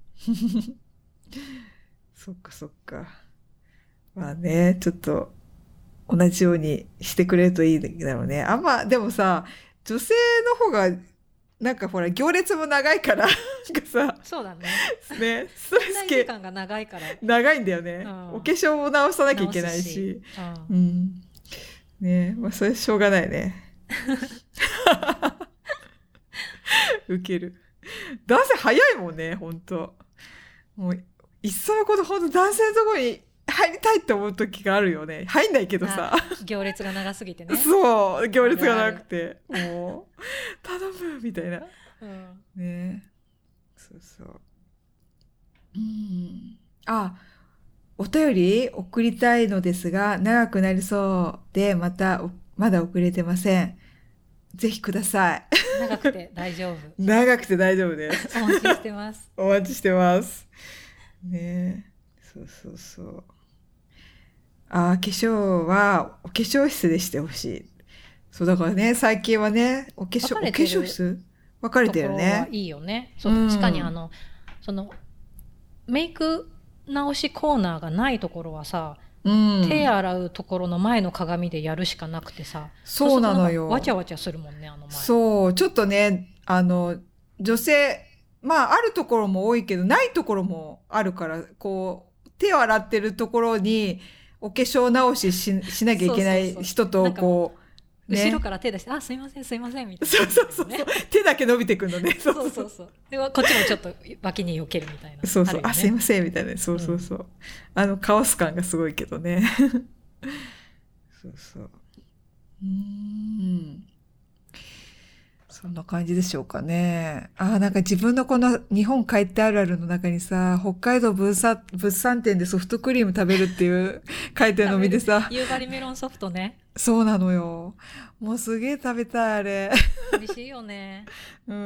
そっかそっか。まあね、ちょっと同じようにしてくれるといいんだろうね。あんま、でもさ、女性の方がなんかほら行列も長いからなんかさ、 そうだね。 ね、ストレス時間が長いから。 長いんだよね。うん、お化粧も直さなきゃいけないし、 しうん、 うん、ね、まあそれしょうがないね。ウケる。男性早いもんね、本当。もういっそのこと本当男性のところに入りたいって思う時があるよね。入んないけどさ。 行列が長すぎてね。 そう、行列が長くて、もう頼むみたいな。うん、ね、そうそう。うん。あ、お便り送りたいのですが長くなりそうでまたまだ送れてません。ぜひください。 長くて大丈夫。 長くて大丈夫です。 お待ちしてます。 お待ちしてます。ね、そうそうそう。あ、化粧はお化粧室でしてほしい。そうだからね、最近はね、お化粧お化粧室分かれてるね。 いいよね。そう、確かにあのそのメイク直しコーナーがないところはさ、うん、手洗うところの前の鏡でやるしかなくてさ、 そうなのよ。 わちゃわちゃするもんね、あの前。 そう、ちょっとね、あの女性、まああるところも多いけどないところもあるから、こう手を洗ってるところにお化粧直し し, しなきゃいけない人とこう。 ね、後ろから手出して、あ、すいませんすいませんみたいな、 ね、そうそうそう、手だけ伸びてくんのね。 そうそうそうそう。でこっちもちょっと脇に避けるみたいな。 そうそう、あ、ね、あ、すいませんみたいな。そうそうそう。うん、あのかわす感がすごいけどね。そうそう。うーん。そんな感じでしょうかね。あ、なんか自分のこの日本帰ってあるあるの中にさ、北海道物産、物産展でソフトクリーム食べるっていう書いてるの見てさ。 夕張メロンソフトね。 そうなのよ。もうすげえ食べたいあれ。 美味しいよね。うん。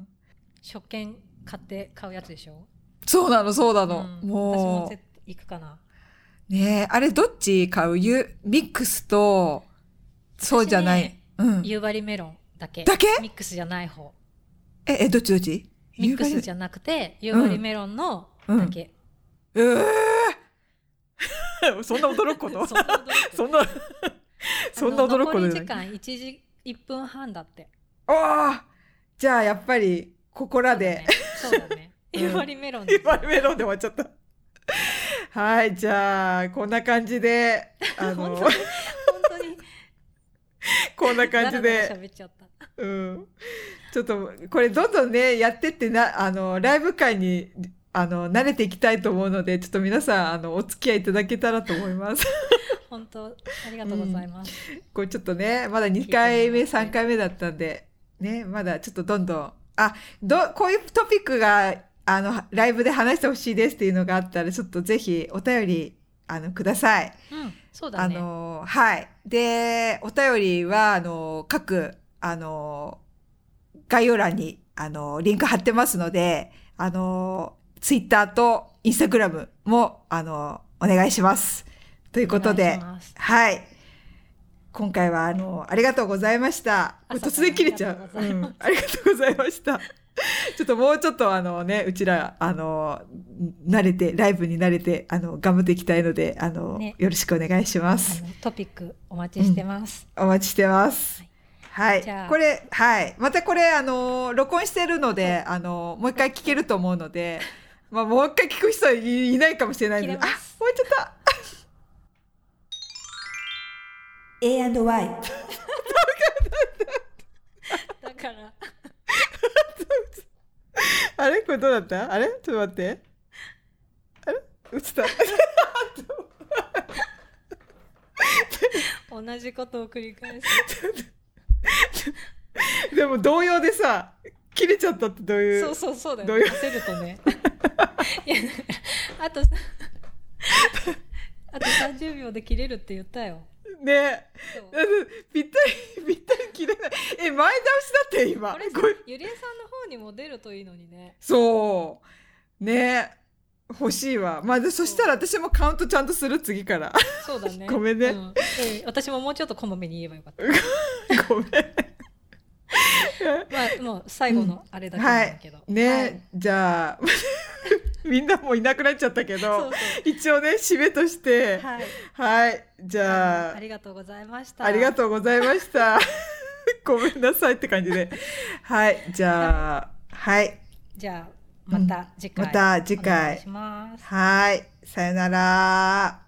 食券買って買うやつでしょ。 そうなのそうなの。 うん、もう私も絶対行くかな。 ねえ、あれどっち買う？ユミックスとそうじゃない。 うん、夕張メロンだけだけミックスじゃない方。 ええどっちどっち？ ミックスじゃなくて夕張メロンのだけ、 うんうん、えー、そんな驚くことそんなそんなそんな驚くこと残り時間いちじいっぷんはんだって。 ああ、じゃあやっぱりここらでそうだね夕張メロン夕張メロンで終わっちゃったはい、じゃあこんな感じであの本当に本当にこんな感じで喋っちゃった、 うん、ちょっとこれどんどんねやってってなあのライブ会にあの慣れていきたいと思うので、ちょっと皆さんあのお付き合いいただけたらと思います本当ありがとうございます、 うん、これちょっとねまだにかいめさんかいめだったんでね、まだちょっとどんどんあどこういうトピックがあのライブで話してほしいですっていうのがあったらちょっとぜひお便りあのください。 うん、そうだね。 あのはいでお便りはあの各あの概要欄にあのリンク貼ってますので、あのツイッターとインスタグラムもあのお願いしますということで、はい今回はあのありがとうございました。突然切れちゃう。うん、ありがとうございました。ちょっともうちょっとあのねうちらあの慣れてライブに慣れてあの頑張っていきたいのであの、ね、よろしくお願いします。 あのトピックお待ちしてます。 うん、お待ちしてます。はい。はい、これはいまたこれあの録音してるのであのもう一回聞けると思うので、まあもう一回聞く人はいないかもしれないので、あ終わっちゃった。エーアンドワイだからあれこれどうだった？あれちょっと待ってあれ映った同じことを繰り返すでも同様でさ切れちゃったってどういうそうそうそうだよね焦るとねいやあとあとさんじゅうびょうで切れるって言ったよねぴったりぴったり切れないえ前倒しだって今これゆりえさんの方にも出るといいのにねそうね欲しいわまあそしたら私もカウントちゃんとする次からそうだねごめんね、 うんえー、私ももうちょっとこまめに言えばよかったごめんまあもう最後のあれだけなんだけど、 はい、ね、はい、じゃあみんなもういなくなっちゃったけどそうそう一応ね締めとしてはい、はい、じゃあありがとうございましたありがとうございましたごめんなさいって感じではいじゃあはい、 じゃあまた次回、 うん、また次回お願いします。 はいさよなら。